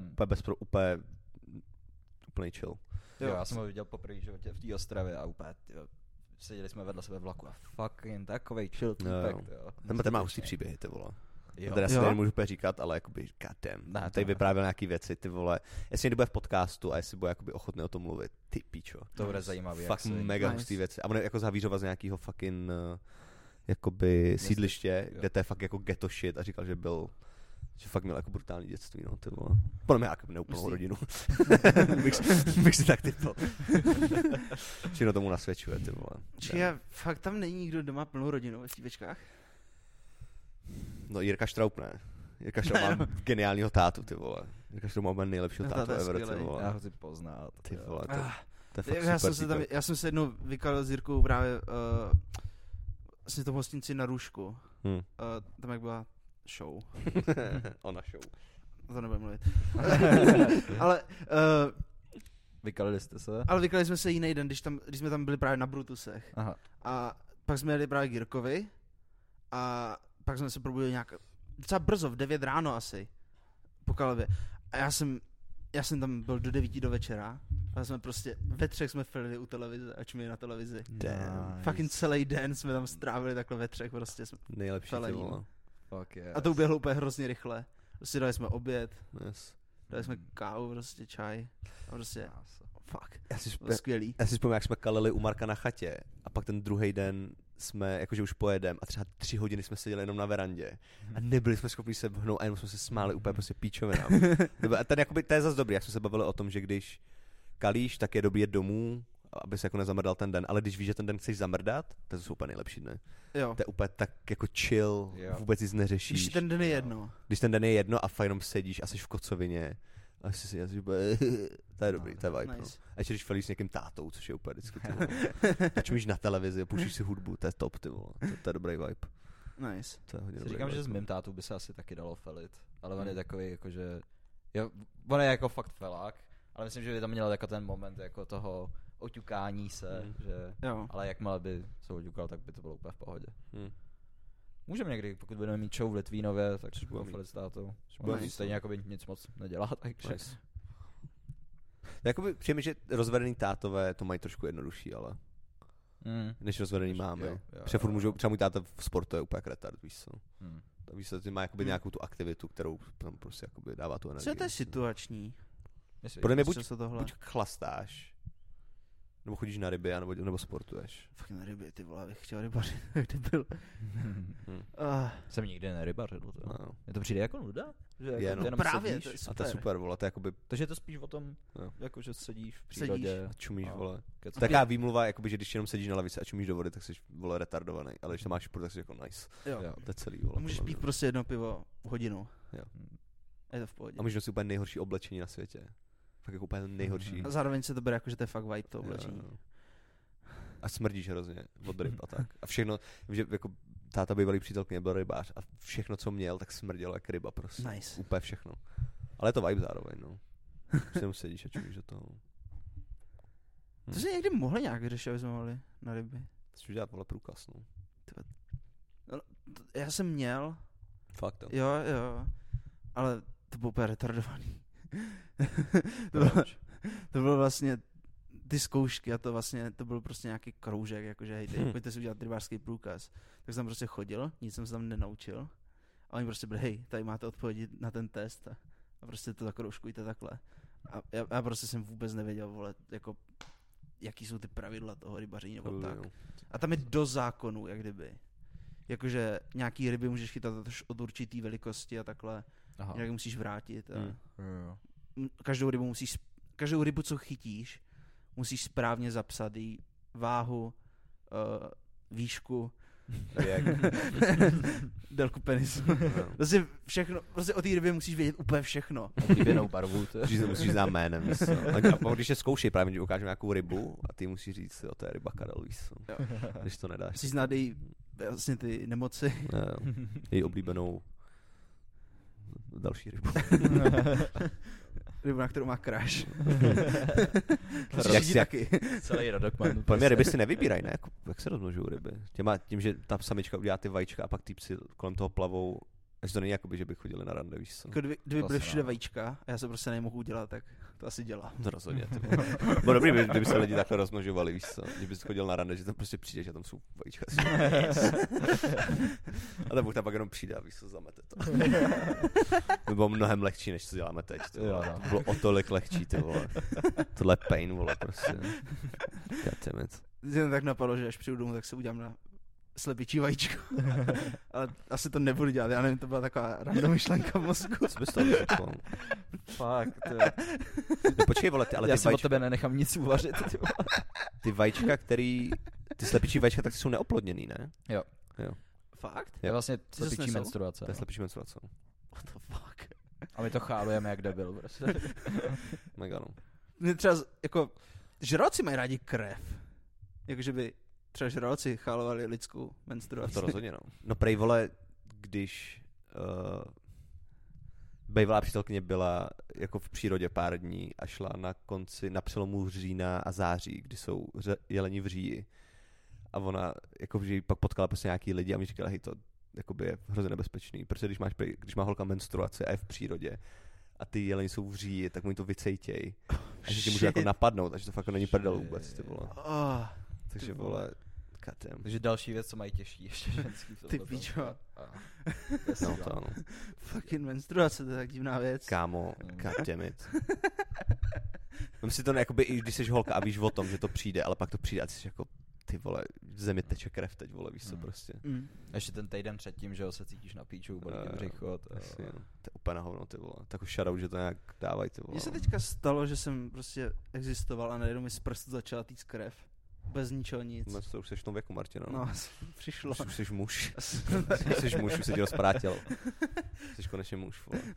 Úplný chill. Jo, já jsem ho viděl po první životě v té Ostravě a úplně, tyjo, seděli jsme vedle sebe v vlaku a fucking takovej chill týpek, jo. Ten má hustý příběhy, ty vole. Jo. Teda si nemůžu úplně říkat, ale jakoby goddamn. Tady vyprávěl nějaký věci, ty vole. Jestli někdo bude v podcastu a jestli bude jakoby ochotný o tom mluvit, ty pičo. To bude zajímavý. Fakt mega hustý věci. A on je jako zavířovat z nějakého fucking jakoby sídliště, kde to je fakt jako ghetto shit a říkal, že fakt měl jako brutální dětství, no, ty vole. Podle mě jako neúplnou rodinu. bych si tak typl. Všechno tomu nasvědčuje, ty vole. Čiže fakt tam není nikdo doma plnou rodinu ve stívečkách? No Jirka Štroup ne. Jirka Štroup má geniálního tátu, ty vole. Jirka Štroup má nejlepšího tátu ever, ty vole. Já ho chci poznat. Ty vole, to je fakt super. Já jsem se jednou vykalil s Jirkou právě vlastně v tom hostinci na Růžku. Tam jak byla show. Ona show. To nebudu mluvit. Ale vykalili jste se? Ale vykalili jsme se jiný den, když jsme tam byli právě na Brutusech. Aha. A pak jsme jeli právě k Jirkovi a pak jsme se probudili nějak docela brzo, v 9 ráno asi, po Kalvě. A já jsem tam byl do 9 do večera a jsme prostě ve 3 jsme filili u televize a čmili na televizi. Damn. Fucking celý den jsme tam strávili takhle ve 3 prostě. Nejlepší, ty vole. Fuck yes. A to uběhlo úplně hrozně rychle. Prostě dali jsme oběd, dali jsme kávu, prostě čaj a prostě fuck, skvělý. Já si vzpomínám, jak jsme kalili u Marka na chatě a pak ten druhý den jsme, jakože už pojedem a třeba 3 hodiny jsme seděli jenom na verandě a nebyli jsme schopni se vhnout a jenom jsme se smáli úplně prostě píčovinám. A ten jakoby, to je zase dobrý, jak jsme se bavili o tom, že když kalíš, tak je dobrý jet domů, aby se jako nezamrdal ten den, ale když víš, že ten den chceš zamrdat, to jsou úplně nejlepší dny. Jo. To je úplně tak jako chill, vůbec nic neřešíš. Když ten den je jedno. Když ten den je jedno a fakt jenom sedíš a jsi v kocovině a si jazyš, to je dobrý, to je vibe. Nice. A ještě když felíš s někým tátou, což je úplně vždycky, ty vole. Začmíš na televizi a pouštíš si hudbu, to je top, ty vole. To je dobrý vibe. Nice. To je hodně dobrý říkám, vibe, že s mým tátou by se asi taky dalo felit, ale on je takový, jakože, on je jako fakt felák, ale myslím, že by tam měl jako ten moment jako toho oťukání se, že, ale jakmile by se oťukal, tak by to bylo úplně v pohodě. Můžeme někdy, pokud budeme mít show v Litvínově, tak si budeme felit s tátou. Stejně jako by nic moc nedělá, takže... Nice. Jakoby přijde mi, že rozvedený tátové to mají trošku jednodušší, ale než rozvedený máme. Protože furt můžou, třeba můj táta v sportu je úplně retard, víš co. Víš co, ty má jakoby nějakou tu aktivitu, kterou tam prostě jakoby dává tu energii. Co je to situační? Podle mě buď chlastáš, nebo chodíš na ryby, nebo sportuješ. Fakt na ryby, ty vole, bych chtěl rybařit, jak ty byl. Jsem nikdy nerybařil, to. No. Mně to přijde jako nuda? Že jako je, no. Právě, sedíš, to je super. A to je super, vole, to je jakoby... Takže je to spíš o tom, jako že sedíš v přírodě. Sedíš a čumíš, vole. To je taková výmluva, jakoby, že když jenom sedíš na lavici a čumíš do vody, tak jsi, vole, retardovaný. Ale když to máš sport, tak jsi jako nice. Jo. To je celý, vole. A můžeš pít prostě jedno pivo hodinu. Jo. Je to v pohodě. A můžeš nosit úplně nejhorší oblečení na světě. Fakt jako úplně nejhorší. A zároveň se to bere jako, že to je fakt vibe to oblečení. Jo. A smrdíš hrozně od ryb a tak. A všechno, že jako táta bývalý přítelkyně byl rybář a všechno, co měl, tak smrdělo jak ryba prostě. Nice. Úplně všechno. Ale je to vibe zároveň, no. Si jenom sedíš a čumíš do toho. To si někdy mohli nějak vyřešit, aby jsme mohli na ryby. To si udělat, vole, průkaz, no. No, já jsem měl. Fakt, jo. Jo. Ale to bylo úplně retardovaný. to bylo vlastně ty zkoušky a to byl prostě nějaký kroužek, jakože hej, pojďte si udělat rybářský průkaz. Tak jsem tam prostě chodil, nic jsem se tam nenaučil. A oni prostě byli, hej, tady máte odpovědi na ten test a prostě to zakroužkujte takhle. A já prostě jsem vůbec nevěděl, vole, jako, jaký jsou ty pravidla toho rybaření nebo tak. A tam je do zákonu, jak kdyby. Jakože nějaký ryby můžeš chytat od určitý velikosti a takhle. Jinak musíš vrátit. Každou rybu, co chytíš, musíš správně zapsat jí váhu, výšku, délku penisu. Prostě všechno, prostě o té rybě musíš vědět úplně všechno. Oblíbenou barvu. Musíš znát jménem, víš co. A když je zkoušej, právě ti ukážu nějakou rybu a ty musíš říct, jo, to je ryba Karel, víš co. Když to nedáš. Musíš znát její vlastně ty nemoci. Její oblíbenou další rybu. Rybu, na kterou má crash. Taky. Celý rodokman. Podle mě ryby si nevybírají, ne? Jak se rozmnožují ryby? Tím, že ta samička udělá ty vajíčka a pak ty psi kolem toho plavou. Takže to není jakoby, že by chodili na rande, víš co? Kdyby byly všude vajíčka a já se prostě nemohu udělat, tak to asi dělám. To rozhodně. Bylo dobrý, kdyby se lidi takhle rozmnožovali, víš co? Kdyby jsi chodil na rande, že tam prostě přijdeš a tam jsou vajíčka. A ten Bůh tam pak jenom přijde a víš co, zamete to. To bylo mnohem lehčí, než co děláme teď. To bylo o tolik lehčí, ty vole. Tohle je pain, vole, prostě. Goddammit. Jen tak napadlo, že až přijdu domů, tak se udělám na slepičí vajíčko. Ale asi to nebudu dělat, já nevím, to byla taková random myšlenka v mozku. Co bys to řekl? Fakt. No, počkej, vole, ale já ty si od tebe nenechám nic uvařit. Ty vajíčka, ty slepičí vajíčka, tak jsou neoplodněný, ne? Jo. Fakt? To je vlastně slepičí menstruace. To je slepičí menstruace. What the fuck? A my to chálujeme jak debil, prostě. Mega, no. Mě třeba, jako, žraloci mají rádi krev. Jakože by třeba žraloci chálovali lidskou menstruaci. To rozhodně, no. No prej, vole, když bývalá přítelkyně byla jako v přírodě pár dní a šla na přelomu října a září, kdy jsou jeleni v říji. A ona, jako že pak potkala prostě nějaký lidi a mi říkala, hej, to jakoby je hrozně nebezpečný, protože když má holka menstruaci a je v přírodě a ty jeleni jsou v říji, tak mu to vycejtěj. A že tě může jako napadnout, takže to fakt není prdel vůbec, ty vole. Takže vole, katem. Takže další věc, co mají těžší ještě ženský. Ty pičo. No to ano. Fucking menstruace, to je tak divná věc. Kámo, goddammit. Mám si to jakoby, i když jsi holka a víš o tom, že to přijde, ale pak to přijde a ty jsi jako, ty vole, v zemi teče krev teď, vole, víš co prostě. Ještě ten týden předtím, že jo, se cítíš na píču, bolí tě břicho. To je úplně na hovno, ty vole. Tak už shoutout, že to nějak dávají, ty vole. Mně se teďka stalo, že jsem prostě existoval a najednou mi z prstu začala týct krev. Bez ničeho nic. No, to už jsi v tom věku, Martina. No, přišlo. Už jsi muž. Jsi muž, už se ti rozprátilo. Jsi konečně muž, vole.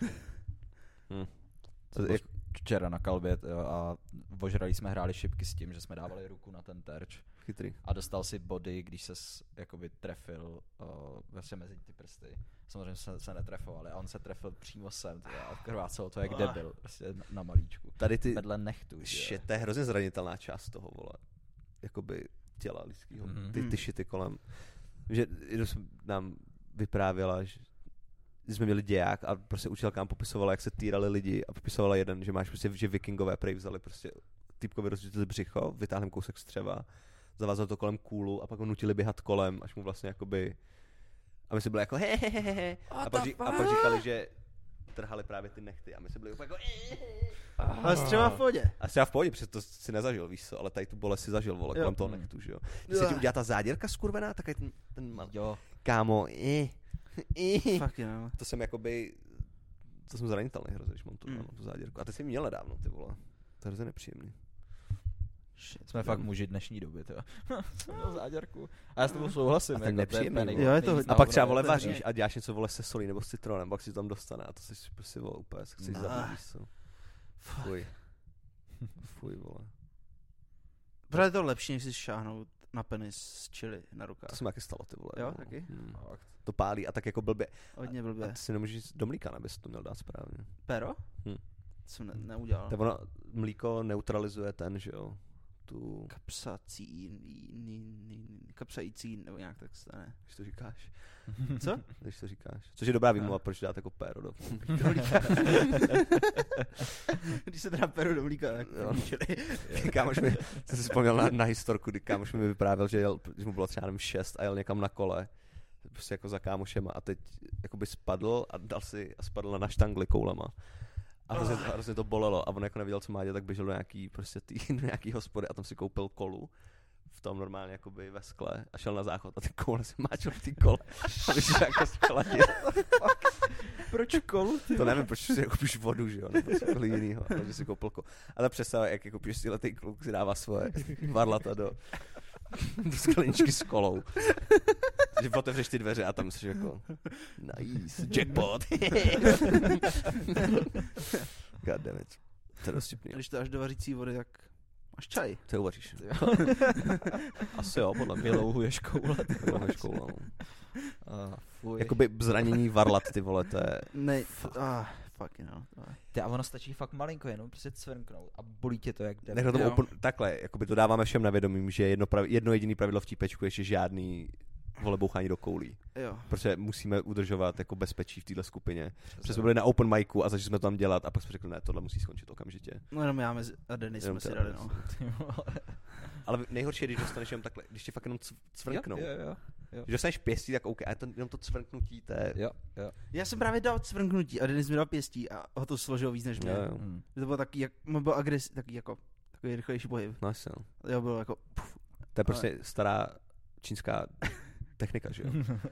Včera na kalbě a ožrali jsme, hráli šipky s tím, že jsme dávali ruku na ten terč. Chytrý. A dostal si body, když ses jakoby trefil vlastně mezi ty prsty. Samozřejmě se netrefovali a on se trefil přímo sem a krvácelo to jak debil, prostě na malíčku. Tady ty vedle nechtu. Shit, to je hrozně zranitelná část toho, vole. Jakoby těla lidského. Ty šity kolem. Že nám vyprávěla, že jsme měli děják a prostě učitelka nám popisovala, jak se týrali lidi a popisovala jeden, že máš prostě, že vikingové prej vzali prostě týpkovi rozdělili břicho, vytáhli kousek střeva, zavázali to kolem kůlu a pak ho nutili běhat kolem, až mu vlastně jakoby a my si byli jako hehehehe a pak říkali, že trhali právě ty nechty a my si byli jako ale střeva v pohodě. A střeva v pohodě, protože to si nezažil, víš co, ale tady tu bolest si zažil, vole, kolem toho nechtu, že jo. Když se ti udělá ta záděrka skurvená, tak je ten malý. Jo. Kámo, Fakt jo. To jsem jakoby, to jsem zranitelný hrozně, když mám tu záděrku. A ty jsi měl nedávno, ty vole. To je hrozně nepříjemný. Shit, jsme fakt muži dnešní doby, tyjo. Jsem měl záděrku. A já s tebou souhlasím. A tak nepříjemný. Jo, je to a pak třeba, vole, vaříš a děláš něco, vole, se solí nebo s citronem, pak si to tam dostane a to si prostě, vole, úplně chceš zabít, co. Fuj. Fuj, vole. Protože je to lepší, než si šáhnout na penis z chili na rukách. To se mi taky stalo, ty vole. Jo, taky? To pálí a tak jako blbě. Hodně blbě. A ty si nemůžeš do mlíka, abys to měl dát správně. Pero? jsem neudělal. Tak ono, mlíko neutralizuje ten, že jo? Tu... Kapsaicín, nebo nějak tak stane. Když to říkáš. Co? Když to říkáš. Což je dobrá výmluva, proč dát jako péro do Když se teda peru do mlíka, tak kámoš mi, jsem si vzpomněl na historku, kdy kámoš mi vyprávěl, že jel, když mu bylo třeba 6 a jel někam na kole, prostě jako za kámošema a teď jakoby spadl a spadl na štangli koulema. A hrozně to bolelo a on jako nevěděl, co má dělat, tak běžel do nějaký hospody a tam si koupil kolu v tom normálně jakoby ve skle a šel na záchod a ty koule si máčil v té kole a by se jako skladil. Proč kolu? To nevím, proč si koupíš vodu, že jo, nebo cokoliv jinýho, takže si koupil kolu. Ale představa, jak jako 6letý kluk si dává svoje varlata do skleničky s kolou. Že otevřeš ty dveře a tam jsi jako nice, jackpot. God damn it. To je dost vtipný. Když to dáš do vařící vody, tak máš čaj. Co uvaříš? Asi jo, podle mě. Vylouhuješ koule. Jakoby zranění varlat, ty vole, to je... Ne, fuck, you know. Ty, a ono stačí fakt malinko, jenom prostě cvrknout a bolí tě to jak jde. Nechno to takhle, jakoby to dáváme všem na vědomí, že jedno jediný pravidlo v típečku je, že žádný vole bouchání do koulí. Jo. Protože musíme udržovat jako bezpečí v téhle skupině. Protože jsme byli na open micu a začali jsme to tam dělat a pak jsme řekli, ne, tohle musí skončit okamžitě. No jenom já a Denis jsme si dali, no. Ale nejhorší je, když dostaneš jenom takhle, když tě fakt jenom cvrknou. Jo. Když dostaneš pěstí, tak OK, a jenom to cvrknutí, to je... Jo. Já jsem právě dal cvrknutí a Denis mi dal pěstí a ho to složilo víc než mě. Jo. To bylo taky, byl takový rychlejší pohyb. Nice, jo. Jo, bylo jako... To je prostě stará čínská technika, že jo?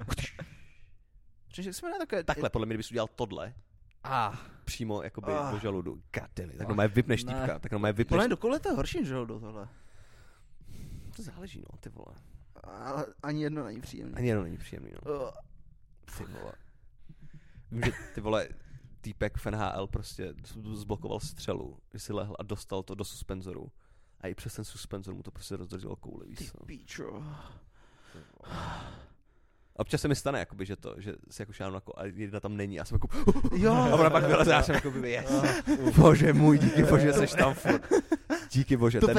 Což jsme na takové... Takhle, podle mě, kdybys udělal tohle, přímo jakoby do žaludu. God damn it, tak normálně vypneš týpka, tak normálně vypneš... Podle do koule to je horší než žaludu tohle. To záleží, no, ty vole. Ale ani jedno není příjemný. No. Ty vole. Vím, že ty vole, týpek v NHL prostě zblokoval střelu, když si lehl a dostal to do suspenzoru. A i přes ten suspenzor mu to prostě rozdrželo kouli, víš co? Ty píčo. A občas se mi stane, jakoby, že si jako šáhnu a jedna tam není a jsem jako... Jo. A ona pak vyleze a jsem jako yes. Bože můj, díky bože, seš tam furt. Díky bože, to ten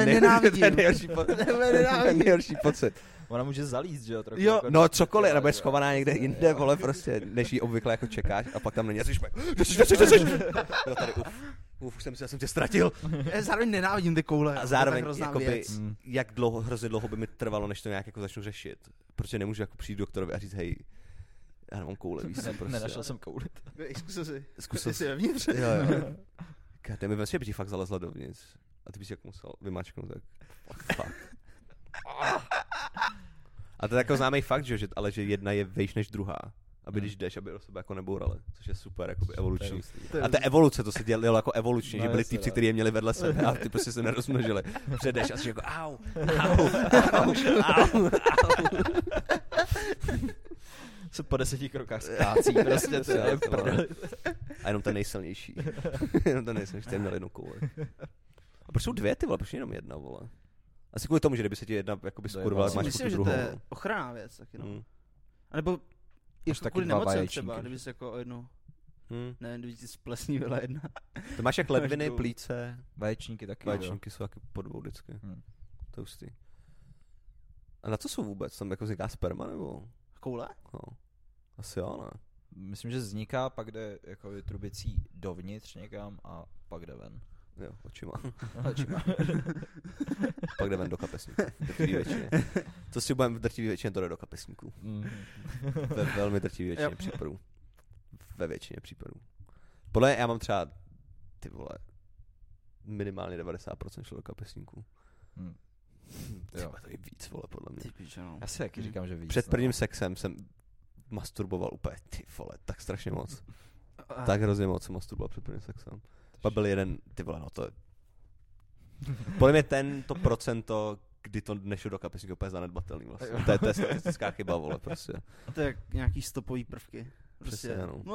nejhorší pocit. Ona může zalízt, že jo? Trochu Jo. jako No cokoliv, nebo je schovaná někde jinde, vole, prostě, než jí obvykle jako čekáš a pak tam není. A jsi jo, tady, už jsem tě ztratil. Já zároveň nenávidím ty koule. A zároveň, jakoby, jak hrozně dlouho by mi trvalo, než to nějak jako začnu řešit. Protože nemůžu jako přijít doktorovi a říct, hej, já nemám koule, víš co, prostě. Nenašel jsem kouli. Zkusil si vevnitř. Jo. Káte, mi vlastně by ti fakt zalezla dovnitř. A ty bys jako musel vymačknout, tak fuck. A to je jako známý fakt, že jedna je vejš než druhá. Aby když jdeš, aby do sebe jako nebourali. Což je super, jakoby evoluční. A ta evoluce, to se dělalo jako evolučně, že byli týpci, kteří je měli vedle sebe a ty prostě se nerozmnožili. Předeš a jsi jako au. Se po 10 krokách zkácí, prostě to je prdel. A jenom ten nejsilnější. Ten měl jednu kouli. A proč jsou dvě, ty vole, proč jenom jedna, vole? Asi kvůli tomu, že kdyby se ti jedna jakoby skurvala, máš myslím, tu druhou. Myslím, že to je ochranná věc taky, no. A nebo jako kvůli nemocem třeba, kdyby se jako jednu, ne, kdyby ti splesnívila jedna. To máš jak ledviny, plíce. Vaječníky taky. Vaječníky jsou taky pod vodou vždycky. To hustý. A na co jsou vůbec? Tam jako vzniká sperma, nebo? Koule? No. Asi jo, ne? Myslím, že vzniká, pak jde jako trubicí dovnitř někam a pak jde ven. Jo, očima. Pak jde ven do kapesníku. Drtivý většině. Co si budeme v drtivý většině, to jde do kapesníku. Ve velmi drtivý většině případů. Ve většině případů. Podle já mám třeba, ty vole, minimálně 90% šlo do kapesníku. Jo. To je víc, vole, podle mě. Já si taky říkám, že víc. Před prvním sexem jsem masturboval úplně, ty vole, tak strašně moc. Tak hrozně moc jsem masturboval před prvním sexem. Pak byl jeden, ty vole, no to je... Podle mě to procento, kdy to nešlo do kapesníku, úplně zanedbatelný vlastně. To je statistická chyba, vole, prostě. A to je jak nějaký stopový prvky. Prostě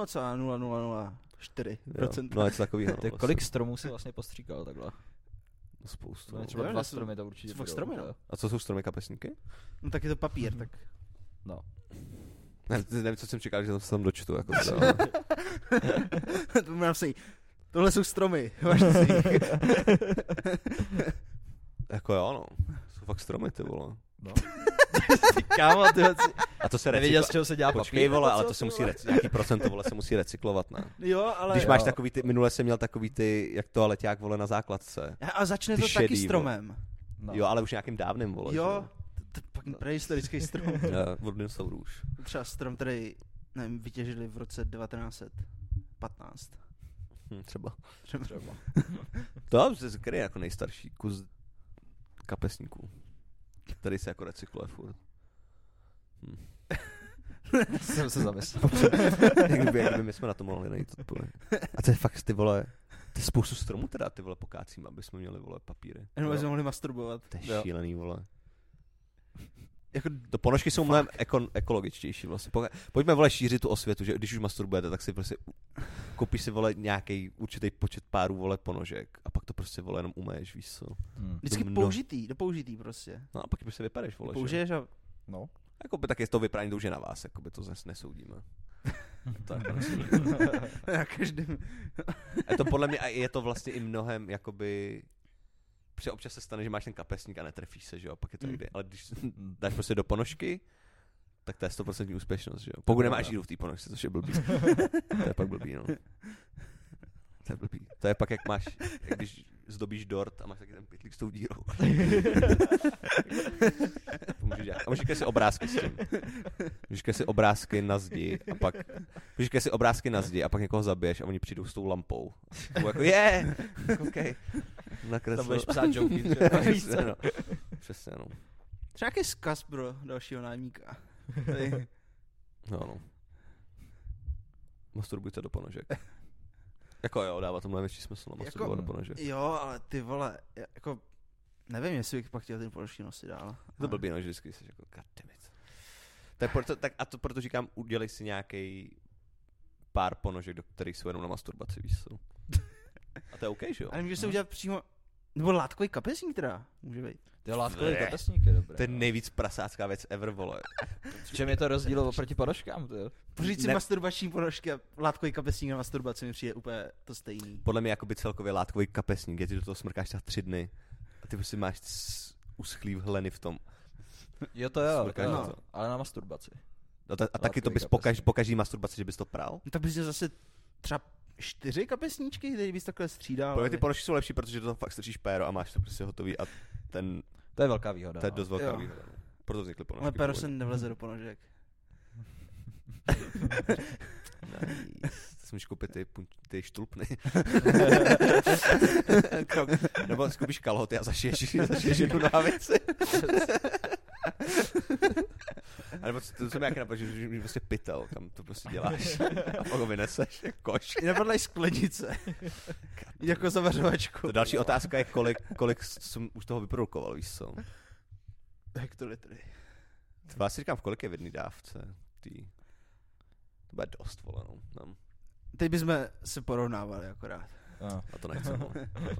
0,0004%. No, něco takovýho. No, kolik stromů si vlastně postříkal takhle? Spoustu. No, třeba 2 stromy to určitě budou. Stromy, no. A co jsou stromy kapesníky? No tak je to papír, tak... No. Nevím, co jsem čekal, že to se tam dočtu, jako to mám napsaný Tohle jsou stromy. Vážně si. Jako jo, no. Jsou fakt stromy, ty vole. No. Kámo, ty A to se nevěděl, z čeho se dělá Počkej, papír. vole, ale to se musí nějaký procento, vole, se musí recyklovat, ne? Jo, ale Když jo. máš takový ty, minule jsem měl takový ty, jak to leťák, vole, na základce. A začne ty to šedý, taky stromem. No. Jo, ale už nějakým dávným, vole. Jo, to je pak prehistorický strom. Od dinosaurů už. Třeba strom, který, nevím, vytěžili v roce 1915. Třeba. Třeba. To je který je jako nejstarší kus kapesníků, který se jako recykluje furt. Jsem se zamyslel. jak by my jsme na to mohli najít odpověď. A to je fakt, ty vole, to je spoustu stromů teda, ty vole, pokácíme, aby jsme měli, vole, papíry. Jenom jsme mohli masturbovat. To je šílený, vole. Jako, To ponožky jsou mnohem ekologičtější vlastně. Pojďme, vole, šířit tu osvětu, že když už masturbujete, tak si prostě koupíš si, vole, nějaký určitý počet párů, vole, ponožek a pak to prostě, vole, jenom umeješ, víš co. vždycky do použitý prostě. No a pak prostě vypadeš, vole, Použiješ a... No. Jakoby tak je to vyprání, to už je na vás, jakoby to zase nesoudíme. Tak prostě. Na každém... A to podle mě je to vlastně i mnohem, jakoby... Protože občas se stane, že máš ten kapesník a netrefíš se, že jo, pak je to jde. Ale když dáš prostě do ponožky, tak to je 100% úspěšnost, že jo. Pokud nemáš jíru v té ponožce, což je blbý. To je pak blbý, no. To je blbý. To je pak jak máš, jak když zdobíš dort a máš taky ten pytlík s tou dírou. A můžeš si obrázky s tím. Můžeš si obrázky na zdi a pak můžeš si obrázky na zdi a pak někoho zabiješ a oni přijdou s tou lampou. Jako okej. Tam budeš psát joky. Přesně, no. Třeba nějaký zkaz pro dalšího nájemníka. No. Masturbujte do ponožek. Jako jo, dává to mnohem větší smysl na masturbovat do ponožek. Jo, ale ty vole, jako... Nevím, jestli bych pak chtěl ten ponožky nosit dál. To blbý, no, že vždycky jsi jako goddammit. Proto říkám, udělej si nějaký pár ponožek, do kterých jsou jenom na masturbaci, víš co? A to je OK, že jo? Ale může se udělat přímo... Nebo látkový kapesník teda, může být. Ty látkový kapesník je dobré. To je nejvíc prasácká věc ever, vole. V čem je to rozdíl oproti ponožkám, ty? Poříct si masturbační ponožky a látkový kapesník na masturbaci mi přijde úplně to stejný. Podle mě jakoby celkově látkový kapesník, je ty do toho smrkáš třeba 3 dny a ty prostě máš uschlý hleny v tom. Jo, to jo, to. ale na masturbaci. A taky to bys po každý masturbaci, že bys to pral? No, tak bys měl zase třeba 4 kapesníčky, který bys takhle střídal. Protože ty ponožky jsou lepší, protože to fakt strčíš péro a máš to prostě hotový a ten... To je velká výhoda. To je dost velká výhoda. No. Proto vznikly ponožky. Ale péro se nevleze do ponožek. Nice. Můžeš koupit ty štulpny. Nebo koupíš kalhoty a zašiješ jednu nohavici. A nebo to jsem nějaký napad, že jsi prostě pytel, kam to prostě děláš. A pak ho vyneseš, jak koš. Napadla i sklenice. Jako zavařovačku. To další otázka je, kolik jsem už toho vyprodukoval, víš co? Hektolitry. Já si říkám, v kolik je v jedné dávce. To bude dost, vole, no. Teď bychom se porovnávali akorát. A to nechcem, no.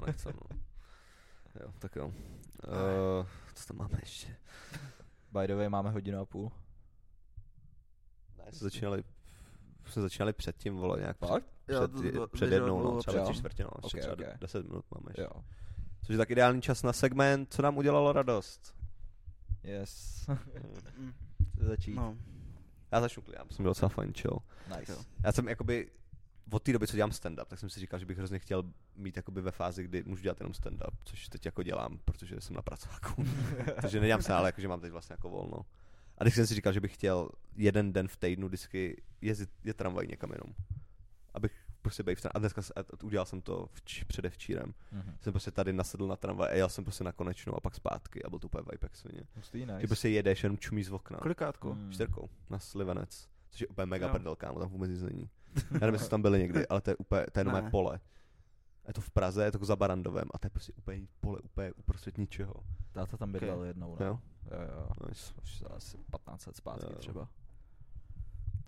Jo, tak jo. Co tam máme ještě? By the way, máme 1.5 hodiny. Ne, jsme začínali předtím, vole, nějak před jo, jednou, no, třeba 3/4, no, ještě třeba 10 minut máme ještě. Což je tak ideální čas na segment, co nám udělalo radost. Yes. Začít. No. Já začnu klidně, já jsem byl docela fajn chill. Nice. Já jsem jakoby od té doby, co dělám stand-up, tak jsem si říkal, že bych hrozně chtěl mít jakoby ve fázi, kdy můžu dělat jenom stand-up, což teď jako dělám, protože jsem na pracováku. Takže nedělám se, ale jakože mám teď vlastně jako volno. A když jsem si říkal, že bych chtěl jeden den v týdnu vždycky jezdit tramvaj někam jenom. Abych prostě bejv a dneska udělal jsem to předevčírem. Jsem prostě tady nasedl na tramvaj a jel jsem prostě na Konečnou a pak zpátky a byl to úplně vibe jak svině. Nice. Ty prostě jedeš, jenom čumíš z okna. Kolikátku? 4 na Slivenec, což je úplně mega prdel, kámo, tam vůbec nic není. Já nevím, jestli tam byli někdy, ale to je úplně, to je jenom pole. Je to v Praze, je to za Barandovem a to je prostě úplně pole, úplně uprostřed ničeho. Táta tam bydlel jednou, ne? Jo. Jo. Nice. Asi 15 let zpátky třeba.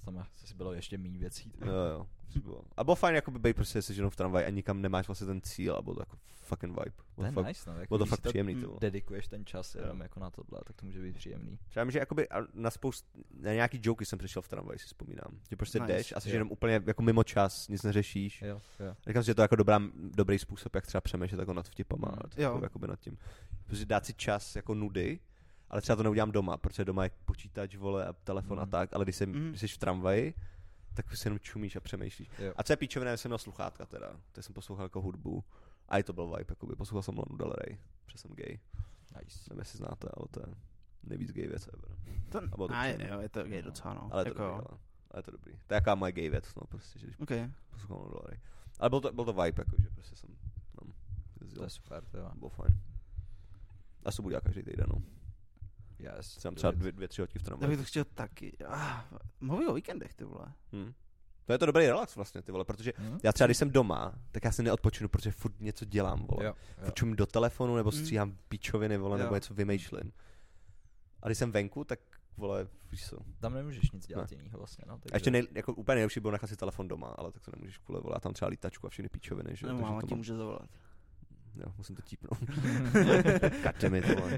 tam asi bylo ještě méně věcí. Jo. A bylo fajn jakoby být prostě se ženou v tramvaji a nikam nemáš vlastně ten cíl a bylo to jako fucking vibe. To je nice, no. Bylo to fakt příjemný, to. Dedikuješ ten čas jenom jako na tohle, tak to může být příjemný. Třeba že jakoby na nějaký joky jsem přišel v tramvaji, si vzpomínám. Že prostě jdeš a jsi jenom úplně jako mimo čas, nic neřešíš. Jo. Říkám si, že to je jako dobrý způsob, jak třeba přemýšlet jako nad vtipama. Jakoby nad tím. Prostě dát si čas jako nudy, ale třeba to neudělám doma, protože doma je počítač, vole a telefon a tak, ale když jsi v tramvaji, tak si jenom čumíš a přemýšlíš. Jo. A co je píčovina, jsem měl sluchátka teda, to jsem poslouchal jako hudbu. A i to byl vibe, jakoby. Poslouchal jsem Lanu Del Rey, protože jsem gay. Nice. Nevím, jestli znáte, ale to je nejvíc gay věc ever. Jo, je to gay docela, no. Ale je to dobrý, ale je to dobrý. To je jaká moje gay věc, no, prostě, že když poslouchal Lanu Del Rey. Ale byl to vibe, jako, že prostě jsem tam jezdil. To je super, to jo. Bylo fajn. A to budu dělat každý týden, no. Yes. Jsem třeba 2-3 hodky v tramvaji. Já bych to chtěl taky. Mluví o víkendech, ty vole. To je to dobrý relax vlastně, ty vole, protože já třeba, když jsem doma, tak já se neodpočinu, protože furt něco dělám, vole. Furt čumím do telefonu, nebo stříhám píčoviny, vole, nebo něco vymýšlím. A když jsem venku, tak, vole, víš co. Tam nemůžeš nic dělat jinýho vlastně, no. Takže... A ještě jako úplně nejlepší bylo nechat si telefon doma, ale tak to nemůžeš kvůli, vole, tam třeba lítačku a všechny píčoviny, že? No, máma ti může zavolat. Jo, musím to típnout. Kače mi, vole.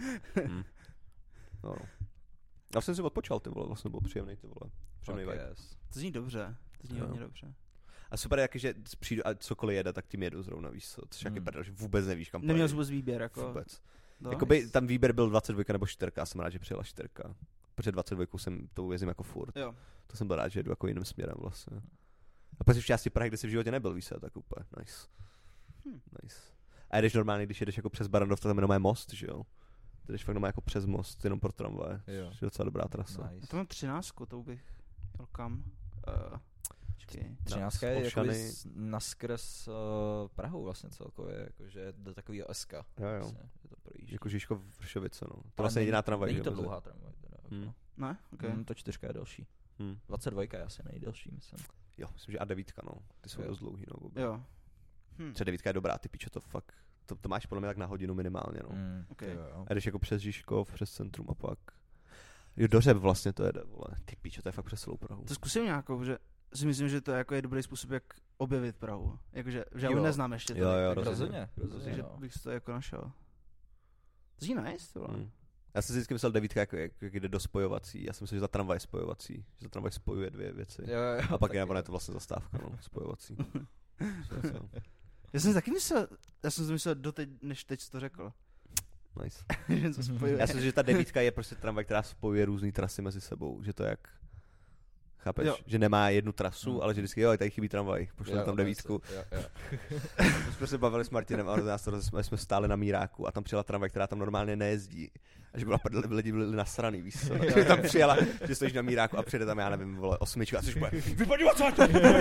No. Já jsem si odpočal, ty vole, vlastně byl příjemný, ty vole. Příjemný vibe. Yes. To zní dobře, to zní hodně dobře. A super je, že přijdu a cokoliv jede, tak tím jedu zrovna, víš co, což jaký prdel, že vůbec nevíš kam neměl vůbec výběr, jako. Vůbec. Jakoby tam výběr byl 22 nebo 4, já jsem rád, že přijela 4. Protože 22 jsem to jezdím jako furt. Jo. To jsem byl rád, že jedu jako jiným směrem vlastně. A pak jsi v části Prahy, kde jsi v životě nebyl, víš co, tak úplně nice. Nice. A jedeš normálně, když jedeš jako přes Barrandov, tak tam jenom je most, že jo. Ty jdeš fakt jako přes most, jenom pro tramvaje. Je docela dobrá trasa. Nice. To mám 13, to bych jel kam. 13 je jako naskrz Prahu vlastně celkově, jakože do takového SK. Jo. Vlastně, je to projíždí. Jako Žižkov Vršovice, no. To vlastně jediná tramvaj. Není to dlouhá tramvaj teda. Ne? Okay. To 4 je delší. 22 je asi nejdelší, myslím. Jo, myslím, že A9, no. Ty jsou dost dlouhý, no. Jo. Třeba 9 je dobrá, ty piče, to fakt. To máš podle mě tak na hodinu minimálně, no. Okay. A jdeš jako přes Žižkov, přes centrum a pak. Jo, do Řeb vlastně to jede, vole. Ty piče, to je fakt přes celou Prahu. To zkusím nějakou, že si myslím, že to je dobrý způsob, jak objevit Prahu. Jakože, že já neznám ještě. Jo, rozhodně. Takže bych si to jako našel. To zní nice, vole. Já jsem si vždycky myslel 9 jak jde do spojovací. Já jsem myslel, že ta tramvaj je spojovací. Že ta tramvaj spojuje dvě věci. Jo, a pak je to vlastně zastávka, no, spojovací. Já jsem taky myslel, doteď, než teď jsi to řekl. Nice. Že to spojuje. Já si myslím, že ta 9 je prostě tramvaj, která spojuje různý trasy mezi sebou. Že to jak... Chápeš? Jo. Že nemá jednu trasu, ale že vždycky, tady chybí tramvaj, pošleme tam 9. Jsme se bavili s Martinem a jsme stáli na Míráku a tam přijela tramvaj, která tam normálně nejezdí. A že byla prdele, lidi byli nasraný, víš co? Že tam přijela, že stojíš na Míráku a přijde tam, já nevím, vole, 8 a jsi bude, vypadni odsud!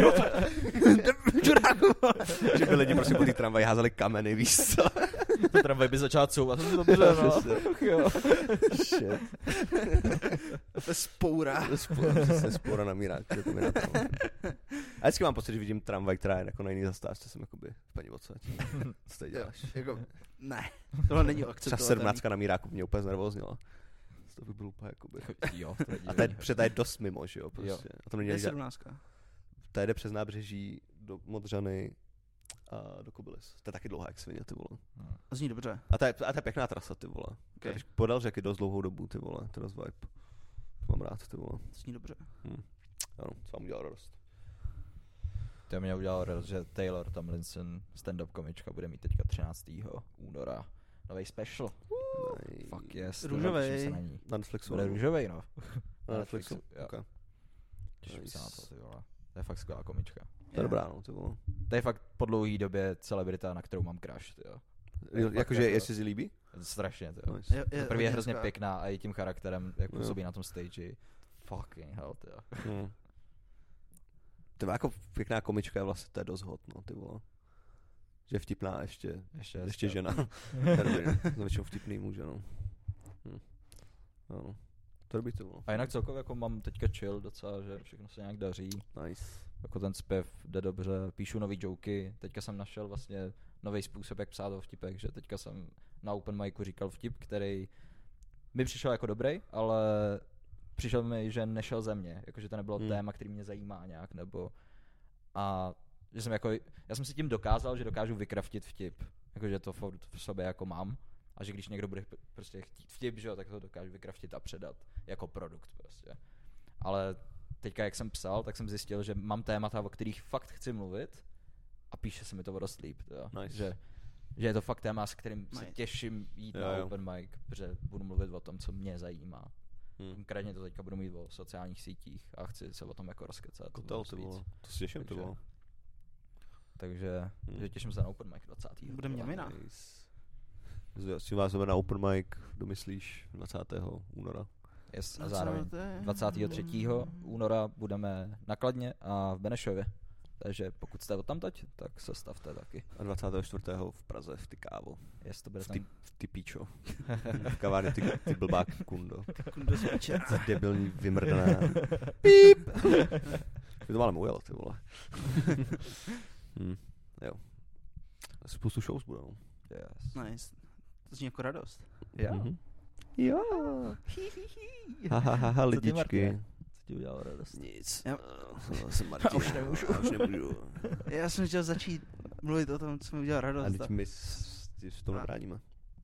Že by lidi prostě po té tramvaji házeli kameny, víš co? Ta tramvaj by začala couvat, dobře, no. Shit. To je spoura. Spoura na Míráku. A vždycky mám pocit, že vidím tramvaj, která je jako na jiný zastávce, jsem jakoby vypadni odsud. Co tady děláš? Ne, tohle není akceptovatelný. Třeba 17 na Míráku mě úplně znervoznila. To by bylo úplně jakoby. Jo, a tady je dost mimo, že jo, prostě. Jo. A to není je 17. Tady jde přes nábřeží do Modřany a do Kobylis. To je taky dlouhá jak svině, ty vole. Zní dobře. A to je pěkná trasa, ty vole. Okay. Podél řeky dost dlouhou dobu, ty vole. To je dost vibe. To mám rád, ty vole. Zní dobře. Ano, co vám udělal radost? To mě udělal radost, že Taylor Tomlinson, stand-up komička, bude mít teďka 13. února nový special. Fuck yes. Růžovej. Na Netflixu. Bude růžovej, no. Na Netflixu? Okay. Těším se na to, ty vole. To je fakt skvělá komička. To je dobrá, no, ty vole. To je fakt po dlouhý době celebrita, na kterou mám crush, ty jo. Jakože, jestli si líbí? Strašně, to jo. Nice. První je hrozně pěkná a i tím charakterem, jak působí na tom stage. Fucking hell, ty jo. To je jako pěkná komička je vlastně, to je dost hot, no, ty vole. Že je vtipná ještě žena. To většinou vtipný může, no. No. To je to vole. A jinak celkově jako mám teďka chill docela, že všechno se nějak daří. Nice. Jako ten zpěv jde dobře, píšu nový joky, teďka jsem našel vlastně nový způsob, jak psát o vtipech, že teďka jsem na open micu říkal vtip, který mi přišel jako dobrý, ale přišel mi, že nešel ze mě, jakože to nebylo téma, který mě zajímá nějak, nebo a že jsem jako, já jsem si tím dokázal, že dokážu vykraftit vtip, jakože to v sobě jako mám a že když někdo bude prostě chtít vtip, že jo, tak to dokážu vykraftit a předat jako produkt prostě. Ale teďka, jak jsem psal, tak jsem zjistil, že mám témata, o kterých fakt chci mluvit a píše se mi to o dost líp, nice. že je to fakt téma, s kterým se těším jít na open mic, protože budu mluvit o tom, co mě zajímá. Konkrétně to teďka budu mít o sociálních sítích a chci se o tom jako rozkecat. To si těším, to bylo. Takže těším se na open mic 20. Bude měmina. Si vás na open mic, domyslíš 20. února. Yes, a zároveň 23. února budeme na Kladně a v Benešově. Takže pokud jste odtamtať, tak se stavte taky. A 24. v Praze v Tykávo. Jest, to bude v ty píčo. V kavárně ty blbák Kundo. Kundo spíče. Debilní vymrdaná. Píp! Ty to málem ujel, ty vole. Jo. Spoustu shows budou. Yes. Nice. To zní jako radost. Jo. Hahaha, lidičky. Co ti udělalo radost? Nic. Jsem Martin. Už nemůžu. Já jsem chtěl začít mluvit o tom, co mi udělalo radost. A teď my s tou nahráníme.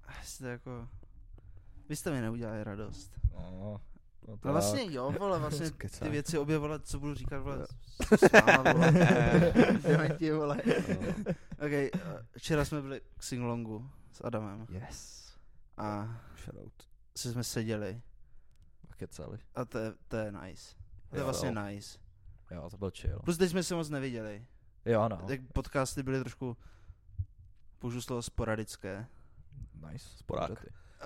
Vy jste mi neudělali radost. No vlastně jo, vole, vlastně ty věci objevovat, co budu říkat, vole, s váma, vole. Dementí, vole. Okay, včera jsme byli k singlongu s Adamem. Yes. A jsme seděli. A kecali. A to je nice. To je vlastně nice. Jo, to byl chill. Plus teď jsme se moc neviděli. Jo, no. Tak podcasty byly trošku, použiju slovo sporadické. Nice. Sporák.